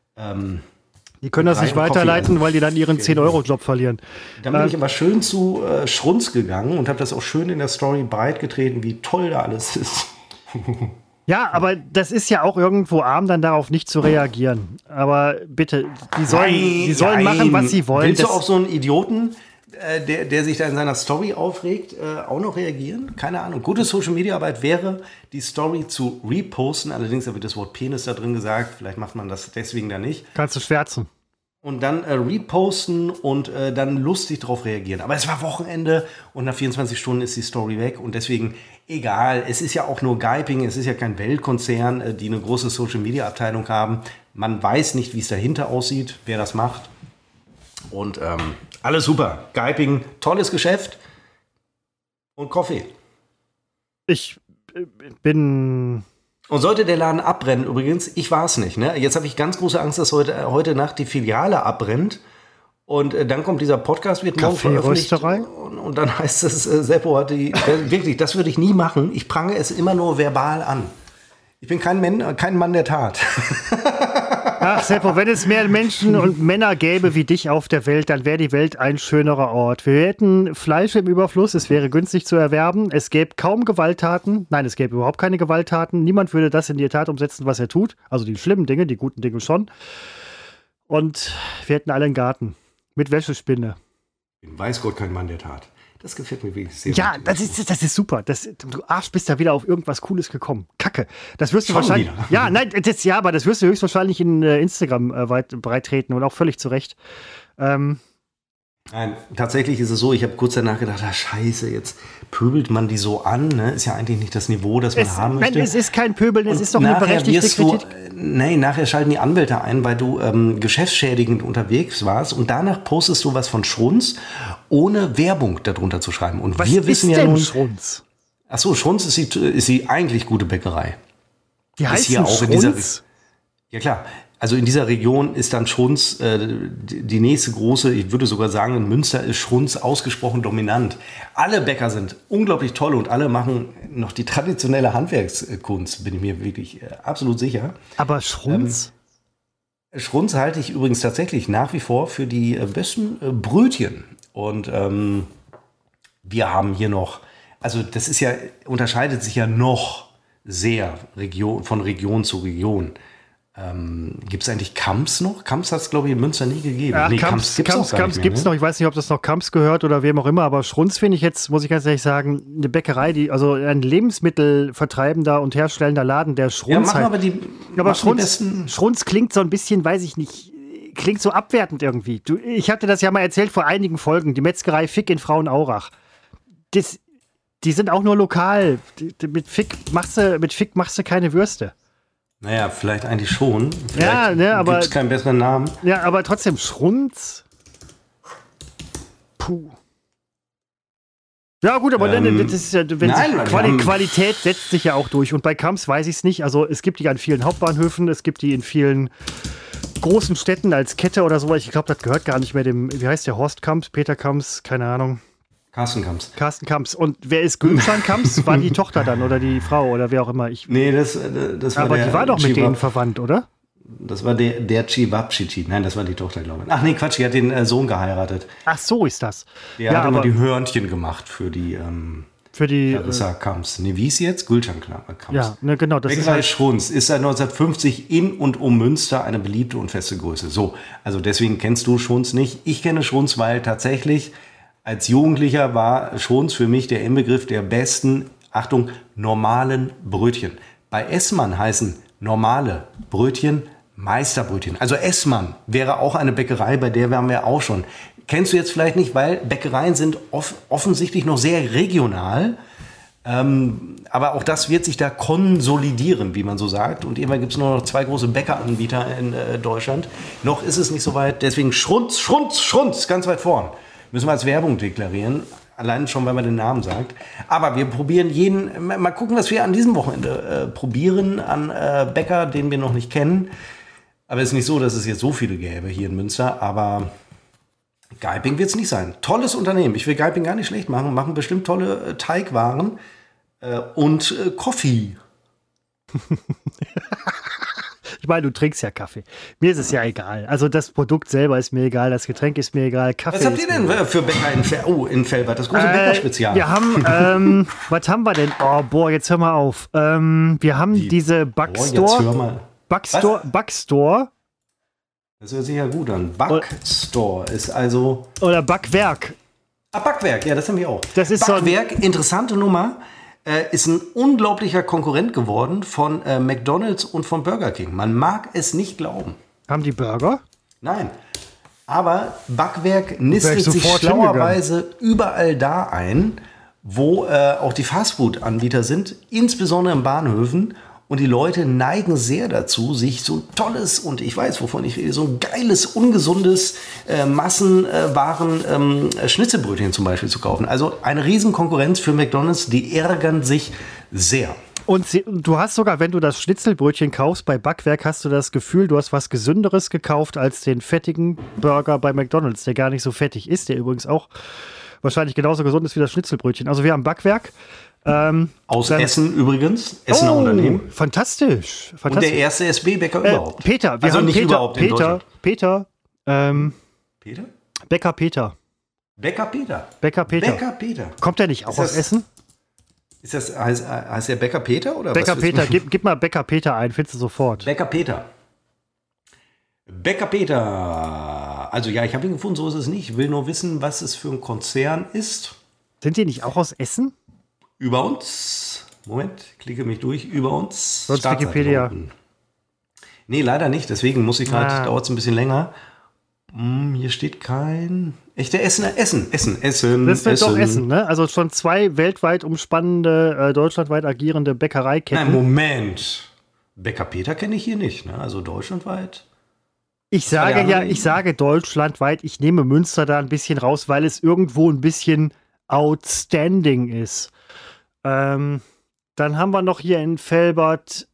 Die können das nicht weiterleiten, weil die dann ihren 10-Euro-Job verlieren. Dann bin ich aber schön zu Schrunz gegangen und habe das auch schön in der Story breitgetreten, wie toll da alles ist. Ja, aber das ist ja auch irgendwo arm, dann darauf nicht zu reagieren. Aber bitte, die sollen machen, was sie wollen. Willst du auf so einen Idioten, der sich da in seiner Story aufregt, auch noch reagieren? Keine Ahnung. Gute Social-Media-Arbeit wäre, die Story zu reposten. Allerdings wird das Wort Penis da drin gesagt. Vielleicht macht man das deswegen da nicht. Kannst du schwärzen. Und dann reposten und dann lustig drauf reagieren. Aber es war Wochenende und nach 24 Stunden ist die Story weg. Und deswegen, egal, es ist ja auch nur Geiping, es ist ja kein Weltkonzern, die eine große Social-Media-Abteilung haben. Man weiß nicht, wie es dahinter aussieht, wer das macht. Und alles super. Geiping, tolles Geschäft und Kaffee. Ich bin... Und sollte der Laden abbrennen, übrigens, ich war es nicht. Ne? Jetzt habe ich ganz große Angst, dass heute Nacht die Filiale abbrennt. Und dann kommt dieser Podcast, wird morgen veröffentlicht. Und dann heißt es, Seppo hat wirklich, das würde ich nie machen. Ich prange es immer nur verbal an. Ich bin kein Mann der Tat. Ach, Seppo, wenn es mehr Menschen und Männer gäbe wie dich auf der Welt, dann wäre die Welt ein schönerer Ort. Wir hätten Fleisch im Überfluss, es wäre günstig zu erwerben, es gäbe kaum Gewalttaten. Nein, es gäbe überhaupt keine Gewalttaten. Niemand würde das in die Tat umsetzen, was er tut. Also die schlimmen Dinge, die guten Dinge schon. Und wir hätten alle einen Garten mit Wäschespinne. Weiß Gott, kein Mann der Tat. Das gefällt mir wirklich sehr. Ja, das ist super. Du Arsch bist da wieder auf irgendwas Cooles gekommen. Kacke. Das wirst du schon wahrscheinlich. Wieder. Ja, nein, aber das wirst du höchstwahrscheinlich in Instagram breit treten und auch völlig zu Recht. Nein, tatsächlich ist es so, ich habe kurz danach gedacht, scheiße, jetzt pöbelt man die so an, ne? Ist ja eigentlich nicht das Niveau, das man haben möchte. Nein, es ist kein Pöbeln, es ist doch eine berechtigte Kritik. Nachher schalten die Anwälte ein, weil du geschäftsschädigend unterwegs warst und danach postest du was von Schrunz, ohne Werbung darunter zu schreiben. Und was wir wissen ist ja denn nun, Schrunz? Achso, Schrunz ist die eigentlich gute Bäckerei. Die heißt hier auch Schrunz? Ja klar. Also in dieser Region ist dann Schrunz die nächste große, ich würde sogar sagen, in Münster ist Schrunz ausgesprochen dominant. Alle Bäcker sind unglaublich toll und alle machen noch die traditionelle Handwerkskunst, bin ich mir wirklich absolut sicher. Aber Schrunz? Schrunz halte ich übrigens tatsächlich nach wie vor für die besten Brötchen. Und wir haben hier noch, also das ist ja, unterscheidet sich ja noch sehr von Region zu Region. Gibt es eigentlich Kamps noch? Kamps hat es, glaube ich, in Münster nie gegeben. Ja, Kamps gibt es noch. Ich weiß nicht, ob das noch Kamps gehört oder wem auch immer, aber Schrunz finde ich jetzt, muss ich ganz ehrlich sagen, eine Bäckerei, also ein lebensmittelvertreibender und herstellender Laden, der Schrunz aber Schrunz klingt so ein bisschen, weiß ich nicht, klingt so abwertend irgendwie. Ich hatte das ja mal erzählt vor einigen Folgen, die Metzgerei Fick in Frauenaurach. Die sind auch nur lokal. Mit Fick machst du keine Würste. Naja, vielleicht eigentlich schon. Vielleicht aber gibt es keinen besseren Namen. Ja, aber trotzdem, Schrunz? Puh. Ja gut, aber das ist ja, Qualität setzt sich ja auch durch. Und bei Kamps weiß ich es nicht. Also es gibt die an vielen Hauptbahnhöfen, es gibt die in vielen großen Städten als Kette oder so. Ich glaube, das gehört gar nicht mehr dem, wie heißt der, Horst Kamps, Peter Kamps, keine Ahnung. Carsten Kamps. Und wer ist Gülschan Kamps? War die Tochter dann oder die Frau oder wer auch immer? Nee, das war aber die war doch mit denen verwandt, oder? Das war der Chivapchichi. Nein, das war die Tochter, glaube ich. Ach nee, Quatsch, die hat den Sohn geheiratet. Ach, so ist das. Der hat immer die Hörnchen gemacht für die Clarissa Kamps. Nee, wie ist jetzt? Gülschan Kamps. Ja, ne, genau. Das Bäckerei ist Schrunz ist seit 1950 in und um Münster eine beliebte und feste Größe. So, also deswegen kennst du Schrunz nicht. Ich kenne Schrunz, weil tatsächlich als Jugendlicher war Schrunz für mich der Inbegriff der besten, Achtung, normalen Brötchen. Bei Essmann heißen normale Brötchen Meisterbrötchen. Also Essmann wäre auch eine Bäckerei, bei der waren wir auch schon. Kennst du jetzt vielleicht nicht, weil Bäckereien sind offensichtlich noch sehr regional. Aber auch das wird sich da konsolidieren, wie man so sagt. Und irgendwann gibt es nur noch 2 große Bäckeranbieter in Deutschland. Noch ist es nicht so weit. Deswegen Schrunz, ganz weit vorn. Müssen wir als Werbung deklarieren. Allein schon, weil man den Namen sagt. Aber wir probieren mal gucken, was wir an diesem Wochenende probieren an Bäcker, den wir noch nicht kennen. Aber es ist nicht so, dass es jetzt so viele gäbe hier in Münster. Aber Geiping wird es nicht sein. Tolles Unternehmen. Ich will Geiping gar nicht schlecht machen. Machen bestimmt tolle Teigwaren und Coffee. Ich meine, du trinkst ja Kaffee. Mir ist es ja egal. Also das Produkt selber ist mir egal, das Getränk ist mir egal. Kaffee. Was habt ihr denn für Bäcker in Fellbad? Das große Bäckerspezial. Wir haben, was haben wir denn? Oh, boah, jetzt hör mal auf. Wir haben diese Backstore. Backstore. Das hört sich ja gut an. Backstore ist also... Oder Backwerk. Backwerk, ja, das haben wir auch. Das ist Backwerk, interessante Nummer. Ist ein unglaublicher Konkurrent geworden von McDonald's und von Burger King. Man mag es nicht glauben. Haben die Burger? Nein. Aber Backwerk nistet sich schlauerweise überall da ein, wo auch die Fastfood-Anbieter sind, insbesondere in Bahnhöfen. Und die Leute neigen sehr dazu, sich so ein tolles, und ich weiß, wovon ich rede, so ein geiles, ungesundes Massenwaren Schnitzelbrötchen zum Beispiel zu kaufen. Also eine Riesenkonkurrenz für McDonald's, die ärgern sich sehr. Und du hast sogar, wenn du das Schnitzelbrötchen kaufst bei Backwerk, hast du das Gefühl, du hast was Gesünderes gekauft als den fettigen Burger bei McDonald's, der gar nicht so fettig ist, der übrigens auch wahrscheinlich genauso gesund ist wie das Schnitzelbrötchen. Also wir haben Backwerk. Aus Essen übrigens, Essener Unternehmen. Fantastisch. Und der erste SB-Bäcker überhaupt. Peter, wir haben nicht Peter, überhaupt in Deutschland. Peter? Bäcker Peter. Bäcker Peter. Bäcker Peter. Bäcker Peter. Kommt der nicht auch aus Essen? Ist das, heißt der Bäcker Peter? Oder Bäcker Peter, gib mal Bäcker Peter ein, findest du sofort. Bäcker Peter. Bäcker Peter. Also ja, ich habe ihn gefunden, so ist es nicht. Ich will nur wissen, was es für ein Konzern ist. Sind die nicht auch aus Essen? Über uns. Moment, klicke mich durch. Über uns. Sonst Wikipedia. Nee, leider nicht. Deswegen muss ich gerade, dauert es ein bisschen länger. Hier steht kein... Echter Essener. Essen. Das ist doch Essen, ne? Also schon 2 weltweit umspannende, deutschlandweit agierende Bäckereiketten. Nein, Moment. Bäcker Peter kenne ich hier nicht, ne? Also deutschlandweit. Ich sage deutschlandweit. Ich nehme Münster da ein bisschen raus, weil es irgendwo ein bisschen outstanding ist. Dann haben wir noch hier in Velbert,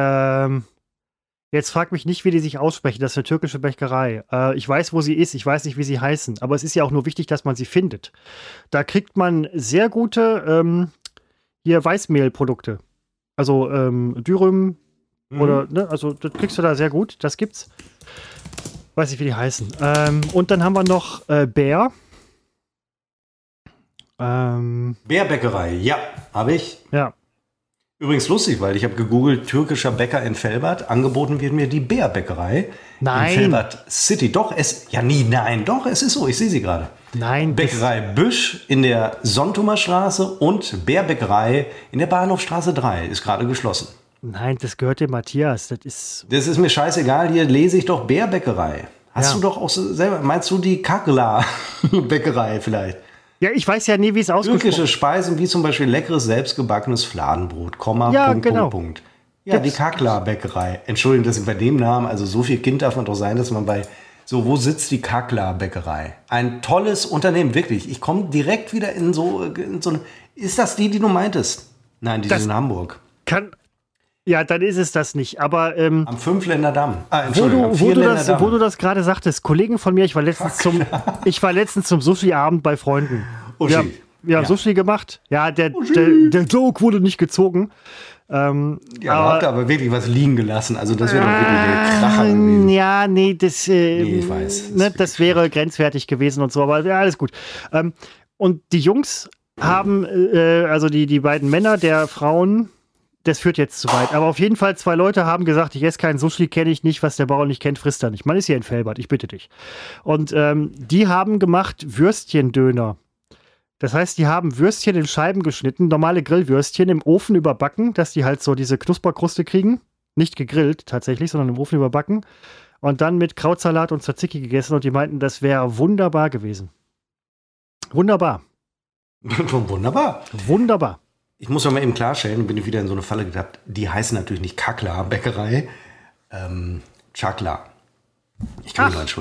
jetzt frag mich nicht, wie die sich aussprechen, das ist eine türkische Bäckerei. Ich weiß, wo sie ist, ich weiß nicht, wie sie heißen, aber es ist ja auch nur wichtig, dass man sie findet. Da kriegt man sehr gute hier Weißmehlprodukte. Also Dürüm oder, ne, also das kriegst du da sehr gut, das gibt's. Weiß nicht, wie die heißen. Und dann haben wir noch Bär. Bärbäckerei, ja, habe ich. Ja. Übrigens lustig, weil ich habe gegoogelt, türkischer Bäcker in Velbert. Angeboten wird mir die Bärbäckerei in Velbert City. Doch, es ist so, ich sehe sie gerade. Nein. Bäckerei Büsch in der Sontumer Straße und Bärbäckerei in der Bahnhofstraße 3 ist gerade geschlossen. Nein, das gehört dem Matthias. Das ist mir scheißegal, hier lese ich doch Bärbäckerei. Hast du doch auch selber, meinst du die Kakla-Bäckerei vielleicht? Ja, ich weiß ja nie, wie es ausgesprochen wird. Türkische Speisen, wie zum Beispiel leckeres, selbstgebackenes Fladenbrot, Punkt. Ja, die Kakla-Bäckerei. Entschuldigung, dass ich bei dem Namen, also so viel Kind darf man doch sein, dass man wo sitzt die Kakla-Bäckerei? Ein tolles Unternehmen, wirklich. Ich komme direkt wieder in so eine, ist das die du meintest? Nein, die ist in Hamburg. Ja, dann ist es das nicht, aber... am Fünfländer Damm. Wo du das gerade sagtest, Kollegen von mir, ich war letztens zum Sushi-Abend bei Freunden. Wir haben Sushi gemacht. Ja, der Joke wurde nicht gezogen. Habt ihr aber wirklich was liegen gelassen. Also das wäre doch wirklich der Kracher gewesen. Ja, nee, das, ich weiß. Das wäre grenzwertig gewesen und so, aber ja, alles gut. Und die Jungs haben, also die beiden Männer der Frauen... Das führt jetzt zu weit. Aber auf jeden Fall 2 Leute haben gesagt, ich esse keinen Sushi, kenne ich nicht, was der Bauer nicht kennt, frisst er nicht. Man ist hier in Velbert, ich bitte dich. Und die haben gemacht Würstchendöner. Das heißt, die haben Würstchen in Scheiben geschnitten, normale Grillwürstchen im Ofen überbacken, dass die halt so diese Knusperkruste kriegen. Nicht gegrillt tatsächlich, sondern im Ofen überbacken. Und dann mit Krautsalat und Tzatziki gegessen und die meinten, das wäre wunderbar gewesen. Wunderbar. Wunderbar. Ich muss noch mal eben klarstellen, bin ich wieder in so eine Falle getappt. Die heißen natürlich nicht Kakla Bäckerei, Chakla. Ich kann mich nur entschuldigen.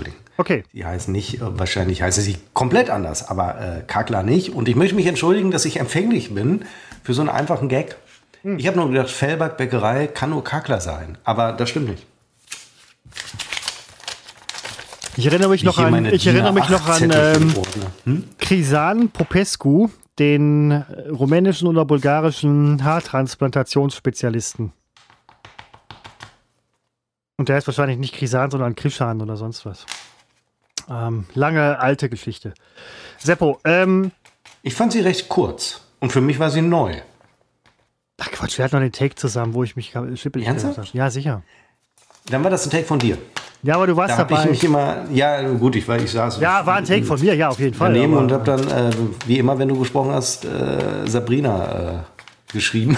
Okay. Die heißen nicht, wahrscheinlich heißen sie komplett anders, aber Kakla nicht. Und ich möchte mich entschuldigen, dass ich empfänglich bin für so einen einfachen Gag. Ich habe nur gedacht, Fellback Bäckerei kann nur Kakla sein, aber das stimmt nicht. Ich erinnere mich noch an Crisan Popescu, den rumänischen oder bulgarischen Haartransplantationsspezialisten. Und der heißt wahrscheinlich nicht Crisan, sondern Krishan oder sonst was. Lange, alte Geschichte. Seppo, ich fand sie recht kurz. Und für mich war sie neu. Ach Quatsch, wir hatten noch den Take zusammen, wo ich mich schippelig gemacht habe. Ja, sicher. Dann war das ein Take von dir. Ja, aber du warst da dabei. Ich mich immer, ja gut, ich saß. Ja, war ein Take von mir, ja, auf jeden Fall. Daneben und habe dann, wie immer, wenn du gesprochen hast, Sabrina geschrieben.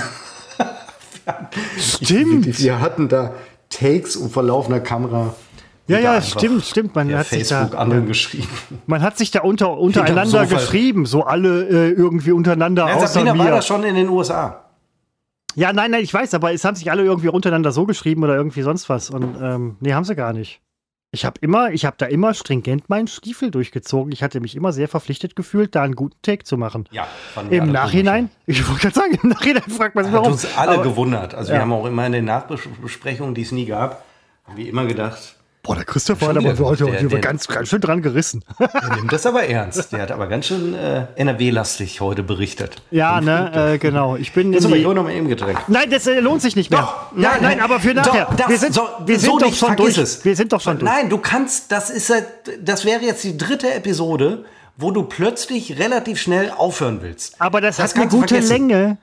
Stimmt. Wir hatten da Takes vor laufender Kamera. Ja, stimmt. Man hat Facebook sich da, anderen geschrieben. Man hat sich da untereinander geschrieben, so alle irgendwie untereinander ja, außer Sabrina mir. war das schon in den USA. Ja, nein, ich weiß, aber es haben sich alle irgendwie untereinander so geschrieben oder irgendwie sonst was. Und nee, haben sie gar nicht. Ich habe da immer stringent meinen Stiefel durchgezogen. Ich hatte mich immer sehr verpflichtet gefühlt, da einen guten Take zu machen. Ja, im Nachhinein, ich wollte gerade sagen, im Nachhinein fragt man sich, warum. Hat uns alle gewundert. Also wir haben auch immer in den Nachbesprechungen, die es nie gab, haben wir immer gedacht, boah, der Christopher hat aber heute ganz schön dran gerissen. Der nimmt das aber ernst. Der hat aber ganz schön NRW-lastig heute berichtet. Ja, ne, genau. Ich bin jetzt aber ich hole noch mal eben Getränk. Nein, das lohnt sich nicht mehr. Doch, nein, aber für nachher. Wir sind doch schon durch. Wir sind doch schon durch. Nein, du kannst, das wäre jetzt die 3. Episode, wo du plötzlich relativ schnell aufhören willst. Aber das hat eine gute Länge.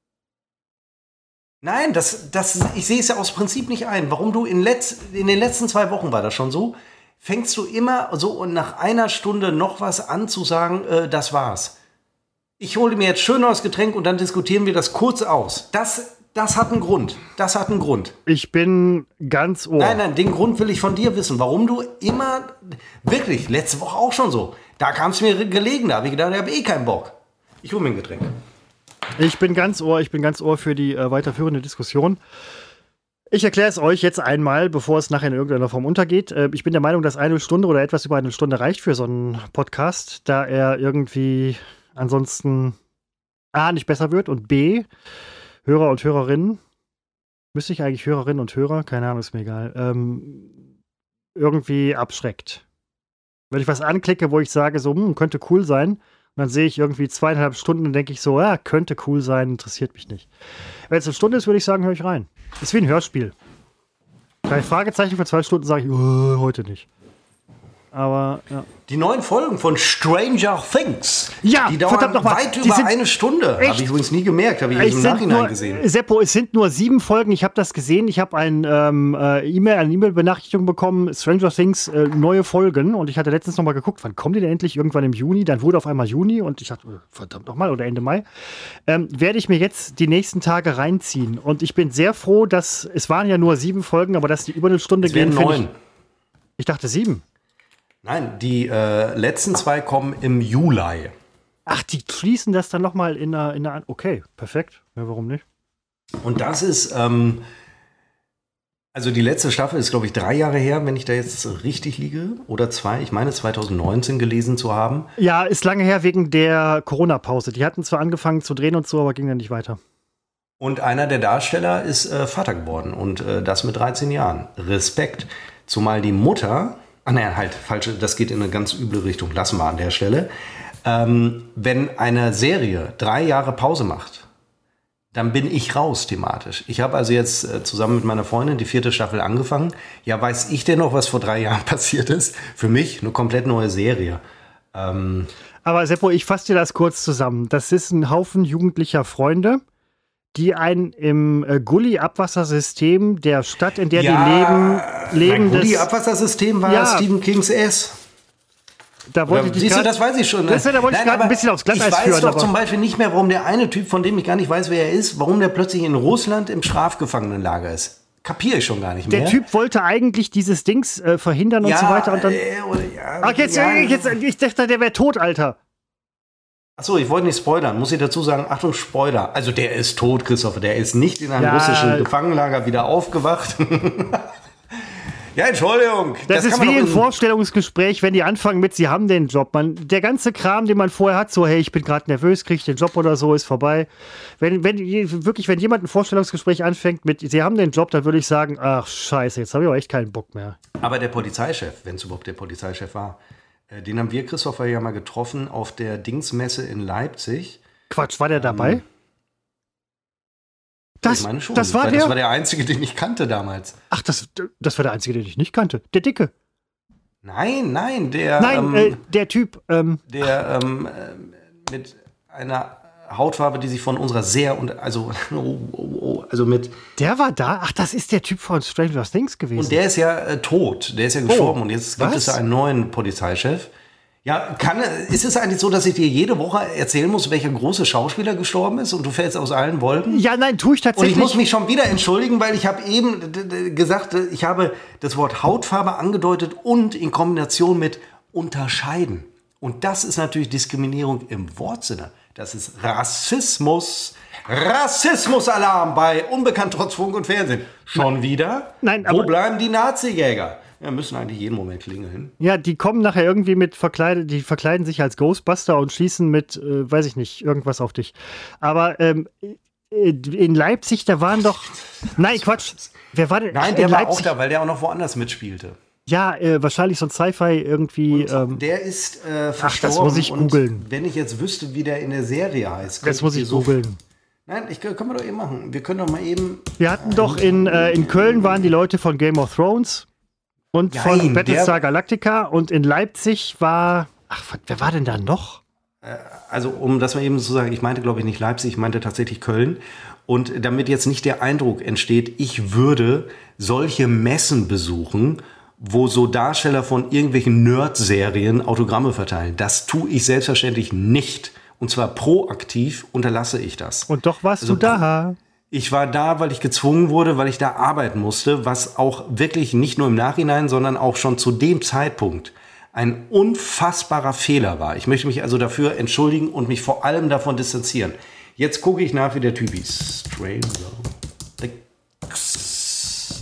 Nein, ich sehe es ja aus Prinzip nicht ein. Warum du in den letzten 2 Wochen war das schon so, fängst du immer so und nach einer Stunde noch was an zu sagen, das war's. Ich hole mir jetzt schön neues Getränk und dann diskutieren wir das kurz aus. Das hat einen Grund. Das hat einen Grund. Ich bin ganz ohr. Nein, den Grund will ich von dir wissen. Warum du immer, wirklich, letzte Woche auch schon so. Da kam es mir gelegen, da habe ich gedacht, ich habe eh keinen Bock. Ich hole mir ein Getränk. Ich bin ganz ohr für die weiterführende Diskussion. Ich erkläre es euch jetzt einmal, bevor es nachher in irgendeiner Form untergeht. Ich bin der Meinung, dass 1 Stunde oder etwas über 1 Stunde reicht für so einen Podcast, da er irgendwie ansonsten A, nicht besser wird und B, Hörer und Hörerinnen, müsste ich eigentlich Hörerinnen und Hörer, keine Ahnung, ist mir egal, irgendwie abschreckt. Wenn ich was anklicke, wo ich sage, so, könnte cool sein, und dann sehe ich irgendwie 2,5 Stunden und denke ich so, ja, könnte cool sein, interessiert mich nicht. Wenn es 1 Stunde ist, würde ich sagen, höre ich rein. Ist wie ein Hörspiel. 3 Fragezeichen für 2 Stunden sage ich, heute nicht. Aber, ja. Die neuen Folgen von Stranger Things, ja, die dauern weit über 1 Stunde. Habe ich übrigens nie gemerkt, habe ich erst im Nachhinein gesehen. Seppo, es sind nur 7 Folgen, ich habe das gesehen. Ich habe eine E-Mail-Benachrichtigung bekommen, Stranger Things, neue Folgen. Und ich hatte letztens noch mal geguckt, wann kommen die denn endlich? Irgendwann im Juni. Dann wurde auf einmal Juni und ich dachte, verdammt nochmal, oder Ende Mai. Werde ich mir jetzt die nächsten Tage reinziehen. Und ich bin sehr froh, dass, es waren ja nur 7 Folgen, aber dass die über 1 Stunde gehen. 9. Ich dachte 7. Nein, die letzten 2 kommen im Juli. Ach, die schließen das dann nochmal in einer. Okay, perfekt. Ja, warum nicht? Und das ist, also die letzte Staffel ist, glaube ich, 3 Jahre her, wenn ich da jetzt richtig liege. Oder 2. Ich meine 2019 gelesen zu haben. Ja, ist lange her wegen der Corona-Pause. Die hatten zwar angefangen zu drehen und so, aber ging dann nicht weiter. Und einer der Darsteller ist Vater geworden. Und das mit 13 Jahren. Respekt. Zumal die Mutter. Falsch, das geht in eine ganz üble Richtung. Lassen wir an der Stelle. Wenn eine Serie 3 Jahre Pause macht, dann bin ich raus thematisch. Ich habe also jetzt zusammen mit meiner Freundin die 4. Staffel angefangen. Ja, weiß ich denn noch, was vor 3 Jahren passiert ist? Für mich eine komplett neue Serie. Aber Seppo, ich fasse dir das kurz zusammen. Das ist ein Haufen jugendlicher Freunde, die einen im Gully-Abwassersystem der Stadt, in der die leben. Gully-Abwassersystem war Stephen Kings S. Da wollte ich siehst du, das weiß ich schon. Ne? Da wollte ich gerade ein bisschen aufs Glatteis führen. Ich weiß doch zum Beispiel nicht mehr, warum der eine Typ, von dem ich gar nicht weiß, wer er ist, warum der plötzlich in Russland im Strafgefangenenlager ist. Kapiere ich schon gar nicht mehr. Der Typ wollte eigentlich dieses Dings verhindern und so weiter. Und dann, ich dachte, der wäre tot, Alter. Achso, ich wollte nicht spoilern. Muss ich dazu sagen, Achtung, Spoiler. Also der ist tot, Christopher. Der ist nicht in einem russischen Gefangenenlager wieder aufgewacht. Ja, Entschuldigung. Das ist wie ein Vorstellungsgespräch, wenn die anfangen mit, sie haben den Job. Der ganze Kram, den man vorher hat, so, hey, ich bin gerade nervös, kriege ich den Job oder so, ist vorbei. Wenn jemand ein Vorstellungsgespräch anfängt mit, sie haben den Job, dann würde ich sagen, ach scheiße, jetzt habe ich auch echt keinen Bock mehr. Aber der Polizeichef, wenn es überhaupt der Polizeichef war, den haben wir, Christopher, ja mal getroffen auf der Dingsmesse in Leipzig. Quatsch, war der dabei? Ich meine schon. Das war der Einzige, den ich kannte damals. Ach, das war der Einzige, den ich nicht kannte. Der Dicke. Nein, der Typ. Der mit einer Hautfarbe, die sich von unserer also mit. Der war da? Ach, das ist der Typ von Stranger Things gewesen. Und der ist ja tot. Der ist ja gestorben. Und jetzt gibt es da einen neuen Polizeichef. Ja, ist es eigentlich so, dass ich dir jede Woche erzählen muss, welcher große Schauspieler gestorben ist und du fällst aus allen Wolken? Ja, nein, tue ich tatsächlich. Und ich muss mich schon wieder entschuldigen, weil ich habe eben gesagt, ich habe das Wort Hautfarbe angedeutet und in Kombination mit unterscheiden. Und das ist natürlich Diskriminierung im Wortsinne. Das ist Rassismus. Rassismusalarm bei Unbekannt trotz Funk und Fernsehen. Schon wieder? Nein, aber wo bleiben die Nazi-Jäger? Ja, müssen eigentlich jeden Moment klingeln. Ja, die kommen nachher irgendwie die verkleiden sich als Ghostbuster und schießen mit, weiß ich nicht, irgendwas auf dich. Aber in Leipzig, da waren doch. Nein, Quatsch. Wer war denn? Nein, der war auch da, weil der auch noch woanders mitspielte. Ja, wahrscheinlich so ein Sci-Fi irgendwie. Der ist verstorben. Ach, das muss ich googeln. Wenn ich jetzt wüsste, wie der in der Serie heißt. Das muss ich googeln. Nein, können wir doch eben machen. Wir können doch mal eben. Wir hatten doch in Köln waren die Leute von Game of Thrones. Und von Battlestar Galactica und in Leipzig war. Ach, wer war denn da noch? Also, um das mal eben zu sagen, ich meinte, glaube ich, nicht Leipzig, ich meinte tatsächlich Köln. Und damit jetzt nicht der Eindruck entsteht, ich würde solche Messen besuchen, wo so Darsteller von irgendwelchen Nerd-Serien Autogramme verteilen. Das tue ich selbstverständlich nicht. Und zwar proaktiv unterlasse ich das. Und doch warst du da. Ich war da, weil ich gezwungen wurde, weil ich da arbeiten musste, was auch wirklich nicht nur im Nachhinein, sondern auch schon zu dem Zeitpunkt ein unfassbarer Fehler war. Ich möchte mich also dafür entschuldigen und mich vor allem davon distanzieren. Jetzt gucke ich nach, wie der Typ hieß. Stranger Things.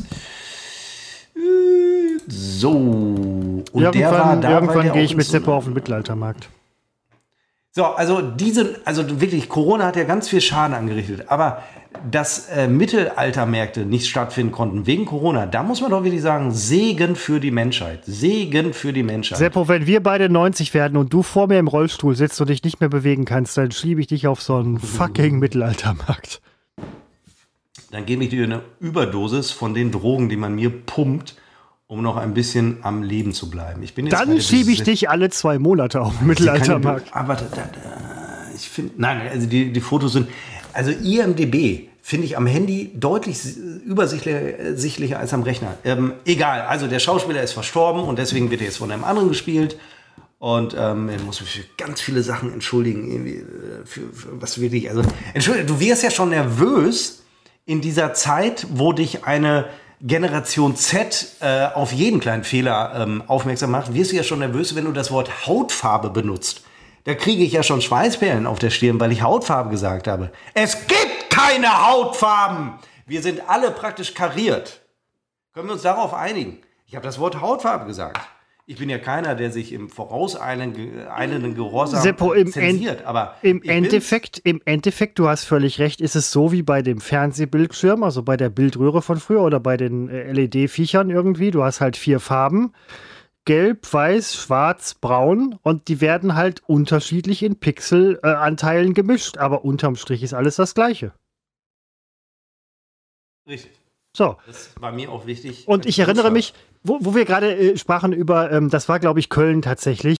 So. Und der war da. Irgendwann gehe ich mit Seppo auf den Mittelaltermarkt. So, also wirklich, Corona hat ja ganz viel Schaden angerichtet. Aber dass Mittelaltermärkte nicht stattfinden konnten wegen Corona, da muss man doch wirklich sagen, Segen für die Menschheit. Segen für die Menschheit. Seppo, wenn wir beide 90 werden und du vor mir im Rollstuhl sitzt und dich nicht mehr bewegen kannst, dann schiebe ich dich auf so einen fucking Mittelaltermarkt. Dann gebe ich dir eine Überdosis von den Drogen, die man mir pumpt, um noch ein bisschen am Leben zu bleiben. Dann schiebe ich dich alle 2 Monate auf den Mittelaltermarkt. Aber ich finde, nein, also die Fotos sind, also IMDb finde ich am Handy deutlich übersichtlicher als am Rechner. Egal, also der Schauspieler ist verstorben und deswegen wird er jetzt von einem anderen gespielt. Und er muss mich für ganz viele Sachen entschuldigen. Irgendwie, für was wirklich, also, entschuldige, du wirst ja schon nervös in dieser Zeit, wo dich eine Generation Z auf jeden kleinen Fehler aufmerksam macht, wirst du ja schon nervös, wenn du das Wort Hautfarbe benutzt. Da kriege ich ja schon Schweißperlen auf der Stirn, weil ich Hautfarbe gesagt habe. Es gibt keine Hautfarben! Wir sind alle praktisch kariert. Können wir uns darauf einigen? Ich habe das Wort Hautfarbe gesagt. Ich bin ja keiner, der sich im vorauseilenden Gehorsam zensiert. Aber im Endeffekt, du hast völlig recht, ist es so wie bei dem Fernsehbildschirm, also bei der Bildröhre von früher oder bei den LED-Viechern irgendwie. Du hast halt 4 Farben. Gelb, Weiß, Schwarz, Braun und die werden halt unterschiedlich in Pixelanteilen gemischt, aber unterm Strich ist alles das Gleiche. Richtig. So. Das war mir auch wichtig. Und ich erinnere mich, wo wir gerade sprachen über, das war glaube ich Köln tatsächlich.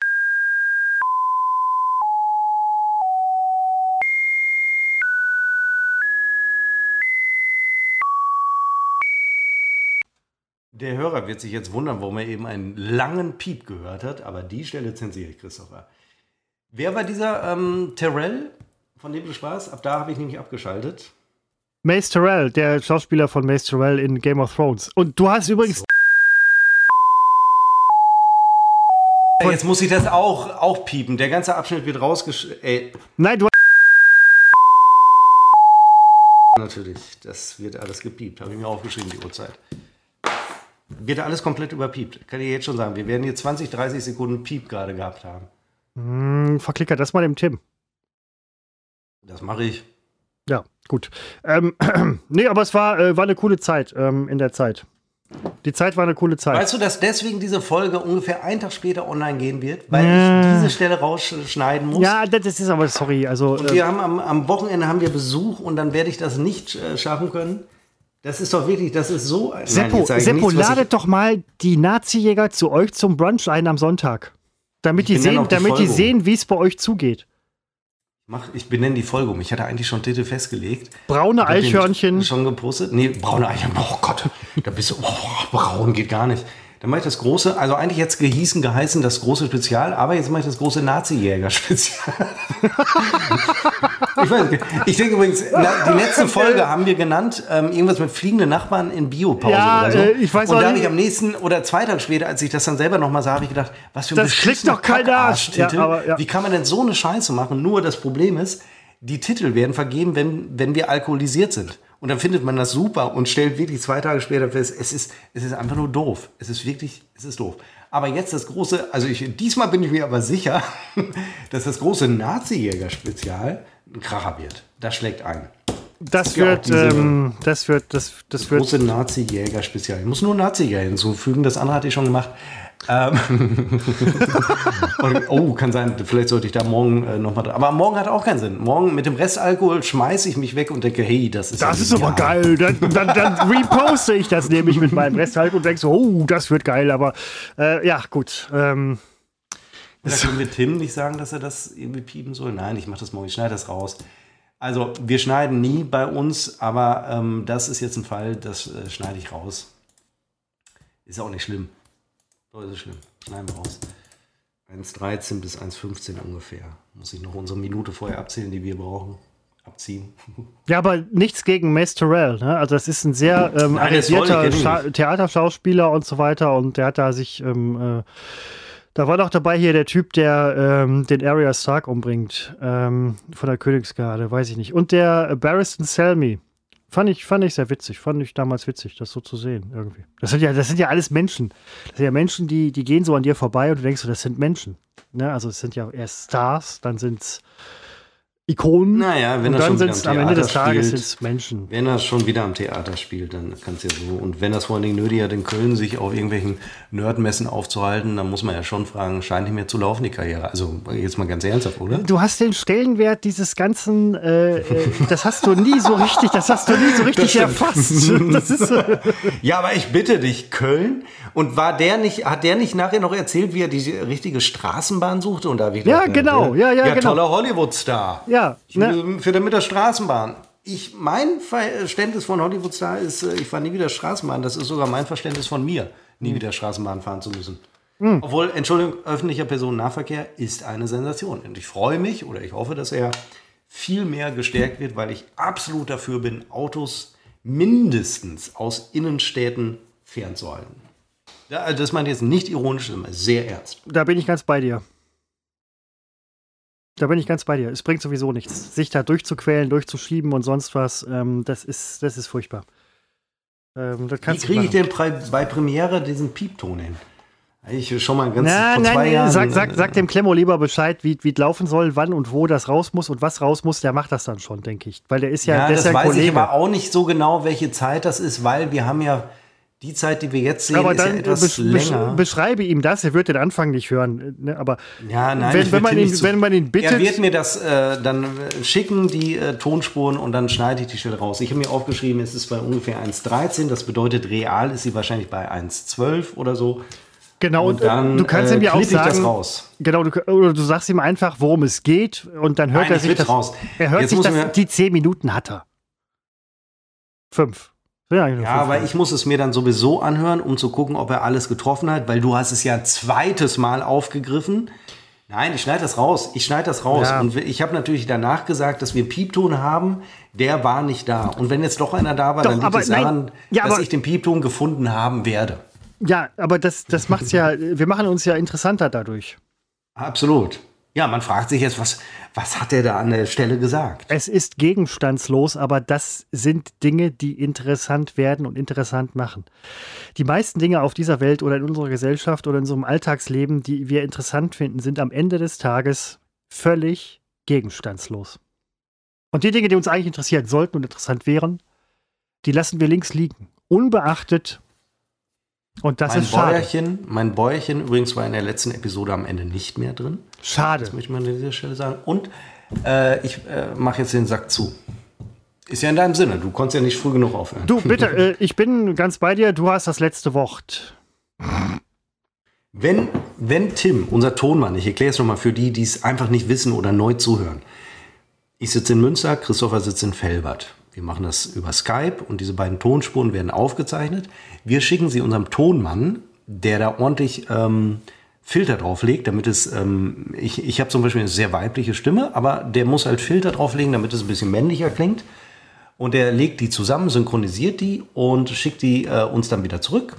Der Hörer wird sich jetzt wundern, warum er eben einen langen Piep gehört hat, aber die Stelle zensiere ich, Christopher. Wer war dieser Terrell, von dem du sprachst? Ab da habe ich nämlich abgeschaltet. Mace Tyrell, der Schauspieler von Mace Tyrell in Game of Thrones. Und du hast übrigens... Jetzt muss ich das auch piepen. Der ganze Abschnitt wird rausgeschnitten. Nein, du... Natürlich, das wird alles gepiept. Habe ich mir aufgeschrieben, die Uhrzeit. wird alles komplett überpiept. Kann ich jetzt schon sagen. Wir werden hier 20, 30 Sekunden Piep gerade gehabt haben. Verklickert das mal dem Tim. Das mache ich. Ja, gut. Nee, aber es war eine coole Zeit in der Zeit. Die Zeit war eine coole Zeit. Weißt du, dass deswegen diese Folge ungefähr einen Tag später online gehen wird? Weil ich diese Stelle rausschneiden muss. Ja, das ist aber, sorry. Also, und wir haben am Wochenende haben wir Besuch und dann werde ich das nicht schaffen können. Das ist doch wirklich, das ist so... Seppo, ladet doch mal die Nazi-Jäger zu euch zum Brunch ein am Sonntag. Damit die sehen, wie es bei euch zugeht. Ich benenne die Folge um. Ich hatte eigentlich schon Titel festgelegt. Braune Eichhörnchen. Schon gepostet? Nee, braune Eichhörnchen. Oh Gott, da bist du. Braun geht gar nicht. Dann mache ich das große, also eigentlich jetzt geheißen das große Spezial, aber jetzt mache ich das große Nazi-Jäger-Spezial. Ich denke übrigens, die letzte Folge haben wir genannt, irgendwas mit fliegende Nachbarn in Biopause oder so. Ich weiß und auch da habe nicht. ich am nächsten oder 2 Tage später, als ich das dann selber nochmal sah, habe ich gedacht, was für ein das klickt doch keiner Arsch-Titel. Ja. Wie kann man denn so eine Scheiße machen? Nur das Problem ist, die Titel werden vergeben, wenn wir alkoholisiert sind. Und dann findet man das super und stellt wirklich 2 Tage später fest, es ist einfach nur doof. Es ist doof. Aber jetzt das große, diesmal bin ich mir aber sicher, dass das große Nazi-Jäger-Spezial ein Kracher wird. Das schlägt ein. Das wird große Nazi-Jäger-Spezial. Ich muss nur Nazi-Jäger hinzufügen, das andere hatte ich schon gemacht. Kann sein, vielleicht sollte ich da morgen nochmal dran. Aber morgen hat auch keinen Sinn. Morgen mit dem Restalkohol schmeiße ich mich weg und denke, hey, das ist aber geil. Dann reposte ich das nämlich mit meinem Restalkohol und denke so, das wird geil. Aber ja, gut. Da können wir Tim nicht sagen, dass er das irgendwie piepen soll. Nein, ich mache das morgen, ich schneide das raus. Also, wir schneiden nie bei uns, aber das ist jetzt ein Fall, das schneide ich raus. Ist auch nicht schlimm. Das ist schlimm. Schneiden wir raus. 1,13 bis 1,15 ungefähr. Muss ich noch unsere Minute vorher abzählen, die wir brauchen. Abziehen. Ja, aber nichts gegen Mace Terrell. Ne? Also das ist ein sehr engagierter Theaterschauspieler und so weiter. Und der hat da sich... da war noch dabei hier der Typ, der den Arya Stark umbringt. Von der Königsgarde, weiß ich nicht. Und der Barristan Selmy. Fand ich sehr witzig. Fand ich damals witzig, das so zu sehen irgendwie. Das sind ja alles Menschen. Das sind ja Menschen, die gehen so an dir vorbei und du denkst so, das sind Menschen. Ne? Also es sind ja erst Stars, dann sind es Ikonen. Naja, wenn und er dann schon sind am Ende des Tages sind's Menschen. Wenn er schon wieder am Theater spielt, dann kann es ja so. Und wenn das vor allen Dingen nötig hat, in Köln sich auf irgendwelchen Nerdmessen aufzuhalten, dann muss man ja schon fragen, scheint nicht mehr zu laufen, die Karriere. Also jetzt mal ganz ernsthaft, oder? Du hast den Stellenwert dieses ganzen, das hast du nie so richtig erfasst. Das ist, ja, aber ich bitte dich, Köln. Und hat der nicht nachher noch erzählt, wie er die richtige Straßenbahn suchte? Und da habe ich gedacht, genau. Ja, genau. Toller Hollywood-Star. Ja. Mit der Straßenbahn. Mein Verständnis von Hollywood-Star ist, ich fahre nie wieder Straßenbahn. Das ist sogar mein Verständnis von mir, nie wieder Straßenbahn fahren zu müssen. Obwohl, Entschuldigung, öffentlicher Personennahverkehr ist eine Sensation. Und ich freue mich oder ich hoffe, dass er viel mehr gestärkt wird, weil ich absolut dafür bin, Autos mindestens aus Innenstädten fernzuhalten. Das meint jetzt nicht ironisch, sondern sehr ernst. Da bin ich ganz bei dir. Es bringt sowieso nichts, sich da durchzuquälen, durchzuschieben und sonst was. Das ist furchtbar. Wie kriege ich denn bei Premiere diesen Piepton hin? Ich schon mal ganz vor 2 Jahren. Sag dem Klemmo lieber Bescheid, wie es laufen soll, wann und wo das raus muss und was raus muss. Der macht das dann schon, denke ich. Weil der ist ja, der ist das ja ein weiß Kollege. Ich aber auch nicht so genau, welche Zeit das ist, weil wir haben ja die Zeit, die wir jetzt sehen, aber ist dann ja etwas länger. Beschreibe ihm das, er wird den Anfang nicht hören. Ne? Aber ja, nein, wenn man ihn bittet. Er wird mir das dann schicken, die Tonspuren, und dann schneide ich die Stelle raus. Ich habe mir aufgeschrieben, es ist bei ungefähr 1,13. Das bedeutet, real ist sie wahrscheinlich bei 1,12 oder so. Genau, und dann du kannst ihm ja auch sagen, das raus. Genau, oder du sagst ihm einfach, worum es geht, und dann hört er sich das raus. Er hört sich das, die 10 Minuten hat er. 5. Ja, aber ich muss es mir dann sowieso anhören, um zu gucken, ob er alles getroffen hat, weil du hast es ja ein zweites Mal aufgegriffen. Nein, ich schneide das raus. Ja. Und ich habe natürlich danach gesagt, dass wir Piepton haben. Der war nicht da. Und wenn jetzt doch einer da war, dann liegt es daran, dass ich den Piepton gefunden haben werde. Ja, aber das macht's ja, wir machen uns ja interessanter dadurch. Absolut. Ja, man fragt sich jetzt, was hat er da an der Stelle gesagt? Es ist gegenstandslos, aber das sind Dinge, die interessant werden und interessant machen. Die meisten Dinge auf dieser Welt oder in unserer Gesellschaft oder in unserem Alltagsleben, die wir interessant finden, sind am Ende des Tages völlig gegenstandslos. Und die Dinge, die uns eigentlich interessieren sollten und interessant wären, die lassen wir links liegen. Unbeachtet. Und das ist schade. Mein Bäuerchen übrigens war in der letzten Episode am Ende nicht mehr drin. Schade. Das möchte man an dieser Stelle sagen. Und ich mache jetzt den Sack zu. Ist ja in deinem Sinne. Du konntest ja nicht früh genug aufhören. Du, bitte, ich bin ganz bei dir. Du hast das letzte Wort. Wenn Tim, unser Tonmann, ich erkläre es nochmal für die, die es einfach nicht wissen oder neu zuhören. Ich sitze in Münster, Christopher sitzt in Velbert. Wir machen das über Skype und diese beiden Tonspuren werden aufgezeichnet. Wir schicken sie unserem Tonmann, der da ordentlich Filter drauflegt, damit es, ich habe zum Beispiel eine sehr weibliche Stimme, aber der muss halt Filter drauflegen, damit es ein bisschen männlicher klingt. Und der legt die zusammen, synchronisiert die und schickt die uns dann wieder zurück.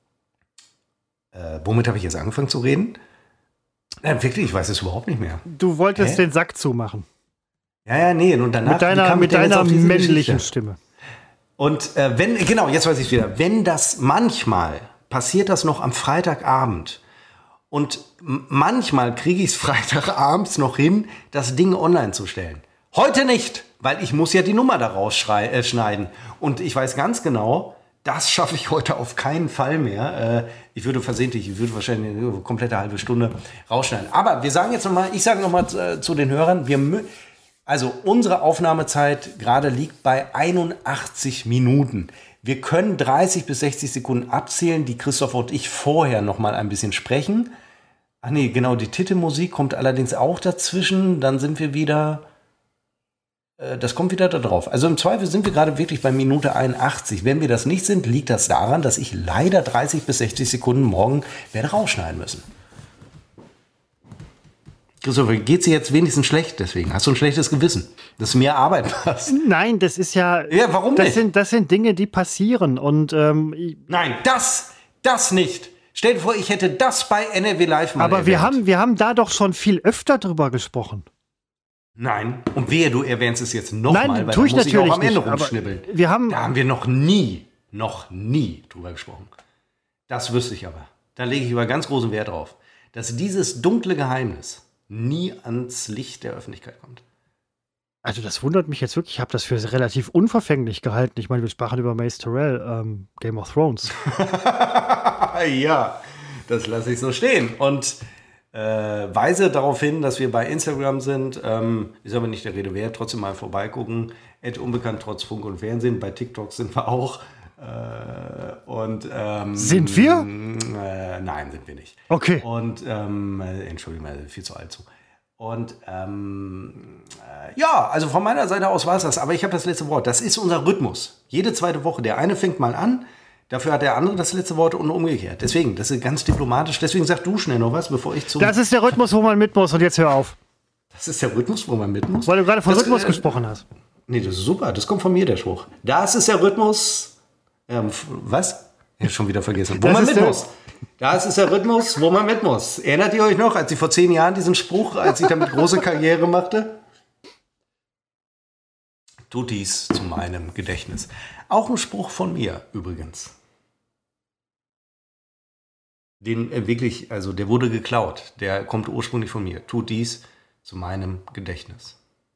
Womit habe ich jetzt angefangen zu reden? Wirklich, ich weiß es überhaupt nicht mehr. Du wolltest den Sack zumachen. Ja, nee, und danach mit deiner männlichen Stimme. Und genau, jetzt weiß ich wieder. Wenn das manchmal passiert das noch am Freitagabend und manchmal kriege ich es Freitagabends noch hin, das Ding online zu stellen. Heute nicht, weil ich muss ja die Nummer daraus schneiden. Und ich weiß ganz genau, das schaffe ich heute auf keinen Fall mehr. Ich würde wahrscheinlich eine komplette halbe Stunde rausschneiden. Aber ich sage nochmal zu den Hörern, also unsere Aufnahmezeit gerade liegt bei 81 Minuten. Wir können 30 bis 60 Sekunden abzählen, die Christoph und ich vorher noch mal ein bisschen sprechen. Ach nee, genau, die Titelmusik kommt allerdings auch dazwischen. Dann sind wir wieder, das kommt wieder da drauf. Also im Zweifel sind wir gerade wirklich bei Minute 81. Wenn wir das nicht sind, liegt das daran, dass ich leider 30 bis 60 Sekunden morgen werde rausschneiden müssen. Christopher, geht's dir jetzt wenigstens schlecht deswegen? Hast du ein schlechtes Gewissen, dass mehr Arbeit machst? Nein, das ist ja... Ja, warum nicht? Das sind Dinge, die passieren und... Nein, das nicht. Stell dir vor, ich hätte das bei NRW Live mal erwähnt. Aber wir haben da doch schon viel öfter drüber gesprochen. Nein, und wehe, du erwähnst es jetzt nochmal, weil da muss ich auch am Ende rumschnibbeln. Da haben wir noch nie drüber gesprochen. Das wüsste ich aber. Da lege ich über ganz großen Wert drauf, dass dieses dunkle Geheimnis nie ans Licht der Öffentlichkeit kommt. Also das wundert mich jetzt wirklich. Ich habe das für relativ unverfänglich gehalten. Ich meine, wir sprachen über Mace Tyrell, Game of Thrones. Ja, das lasse ich so stehen. Und weise darauf hin, dass wir bei Instagram sind. Ist aber nicht der Rede wert. Trotzdem mal vorbeigucken. @unbekannt trotz Funk und Fernsehen. Bei TikTok sind wir auch. Sind wir? Nein, sind wir nicht. Okay. Und entschuldigung, viel zu alt zu. Und ja, also von meiner Seite aus war es das. Aber ich habe das letzte Wort. Das ist unser Rhythmus. Jede zweite Woche. Der eine fängt mal an, dafür hat der andere das letzte Wort und umgekehrt. Deswegen, das ist ganz diplomatisch. Deswegen sag du schnell noch was, bevor ich zu... Das ist der Rhythmus, wo man mit muss. Und jetzt hör auf. Das ist der Rhythmus, wo man mit muss? Weil du gerade von Rhythmus gesprochen hast. Nee, das ist super. Das kommt von mir, der Spruch. Das ist der Rhythmus... was? Ich habe schon wieder vergessen. Wo man mit muss. Das ist der Rhythmus, wo man mit muss. Erinnert ihr euch noch, als ich vor 10 Jahren diesen Spruch, als ich damit große Karriere machte? Tut dies zu meinem Gedächtnis. Auch ein Spruch von mir übrigens. Den wirklich, also der wurde geklaut. Der kommt ursprünglich von mir. Tut dies zu meinem Gedächtnis.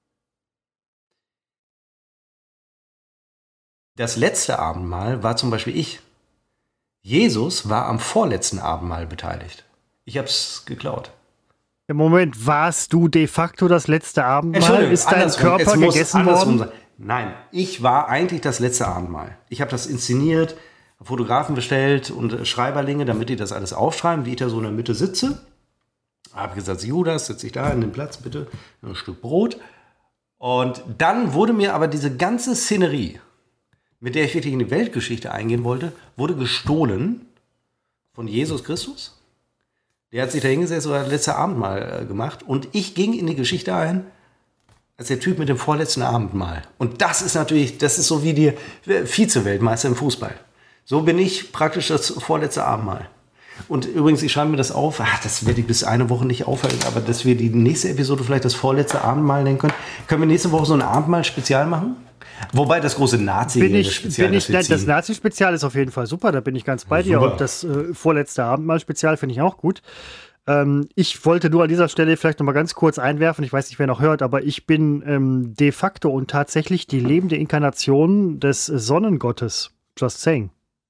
Das letzte Abendmahl war zum Beispiel ich. Jesus war am vorletzten Abendmahl beteiligt. Ich habe es geklaut. Im Moment, warst du de facto das letzte Abendmahl? Ist dein Körper gegessen worden? Nein, ich war eigentlich das letzte Abendmahl. Ich habe das inszeniert, Fotografen bestellt und Schreiberlinge, damit die das alles aufschreiben, wie ich da so in der Mitte sitze. Habe gesagt, Judas, sitze ich da in den Platz, bitte, ein Stück Brot. Und dann wurde mir aber diese ganze Szenerie, mit der ich wirklich in die Weltgeschichte eingehen wollte, wurde gestohlen von Jesus Christus. Der hat sich da hingesetzt und hat das letzte Abendmahl gemacht. Und ich ging in die Geschichte ein als der Typ mit dem vorletzten Abendmahl. Und das ist natürlich, das ist so wie die Vize-Weltmeister im Fußball. So bin ich praktisch das vorletzte Abendmahl. Und übrigens, ich schreibe mir das auf, das werde ich bis eine Woche nicht aufhalten, aber dass wir die nächste Episode vielleicht das vorletzte Abendmahl nennen können. Können wir nächste Woche so ein Abendmahl-Spezial machen? Wobei das große Nazi-Spezial, das Nazi-Spezial ist auf jeden Fall super, da bin ich ganz bei dir. Und das vorletzte Abendmahl-Spezial finde ich auch gut. Ich wollte nur an dieser Stelle vielleicht noch mal ganz kurz einwerfen, ich weiß nicht, wer noch hört, aber ich bin de facto und tatsächlich die lebende Inkarnation des Sonnengottes. Just saying.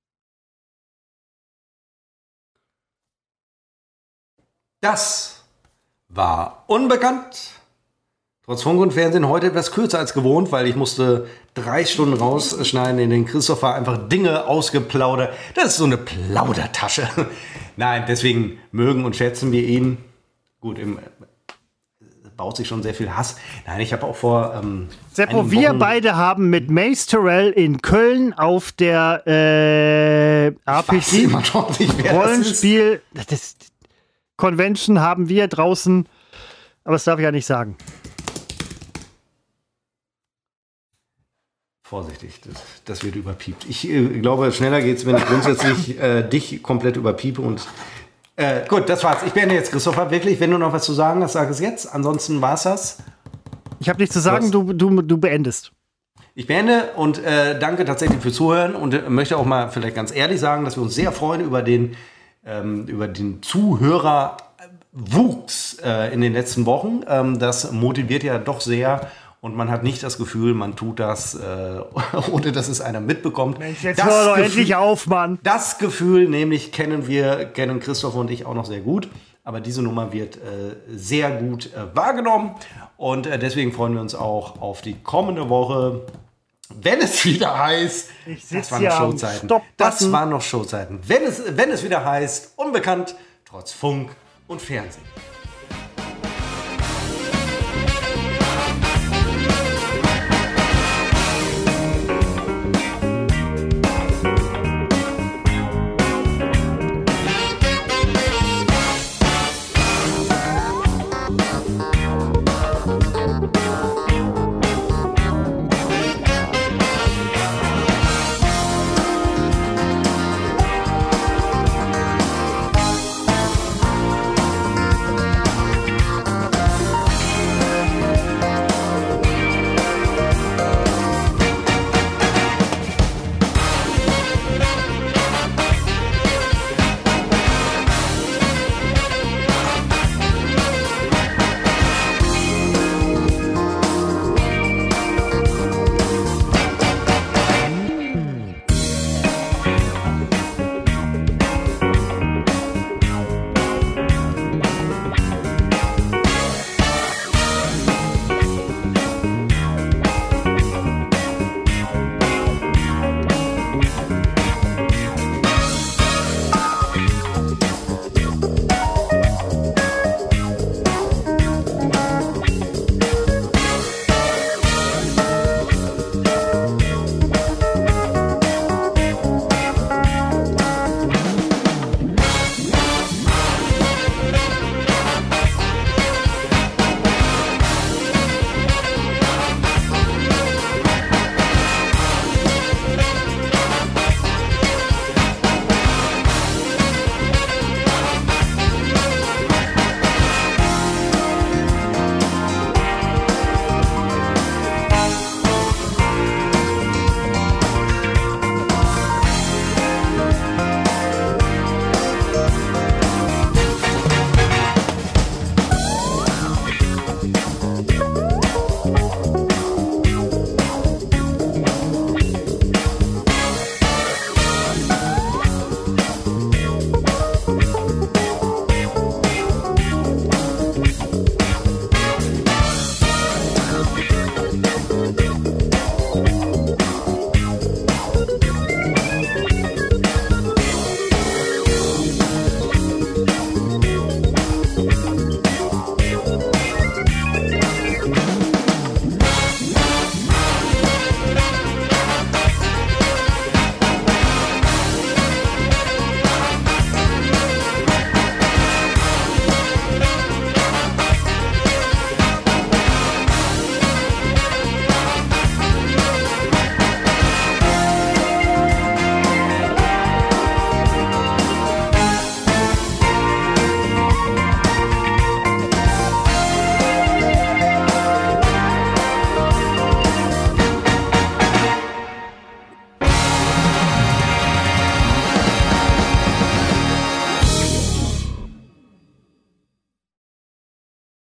Das war unbekannt. Trotz Funk und Fernsehen heute etwas kürzer als gewohnt, weil ich musste 3 Stunden rausschneiden, in den Christopher einfach Dinge ausgeplaudert. Das ist so eine Plaudertasche. Nein, deswegen mögen und schätzen wir ihn. Gut, baut sich schon sehr viel Hass. Nein, ich habe auch vor Seppo, wir beide haben mit Mace Terrell in Köln auf der RPG Rollenspiel Convention haben wir draußen, aber das darf ich ja nicht sagen. Vorsichtig, das wird überpiept. Ich glaube, schneller geht's, wenn ich grundsätzlich dich komplett überpiepe. Und gut, das war's. Ich beende jetzt, Christopher. Wirklich, wenn du noch was zu sagen hast, sag es jetzt. Ansonsten war's das. Ich habe nichts zu sagen, du beendest. Ich beende und danke tatsächlich fürs Zuhören und möchte auch mal vielleicht ganz ehrlich sagen, dass wir uns sehr freuen über den Zuhörerwuchs in den letzten Wochen. Das motiviert ja doch sehr. Und man hat nicht das Gefühl, man tut das, ohne dass es einer mitbekommt. Mensch, jetzt hör doch endlich auf, Mann. Das Gefühl nämlich kennen Christopher und ich auch noch sehr gut. Aber diese Nummer wird sehr gut wahrgenommen. Und deswegen freuen wir uns auch auf die kommende Woche, wenn es wieder heißt, das waren noch Showzeiten. Das waren noch Showzeiten. Wenn es wieder heißt, unbekannt, trotz Funk und Fernsehen.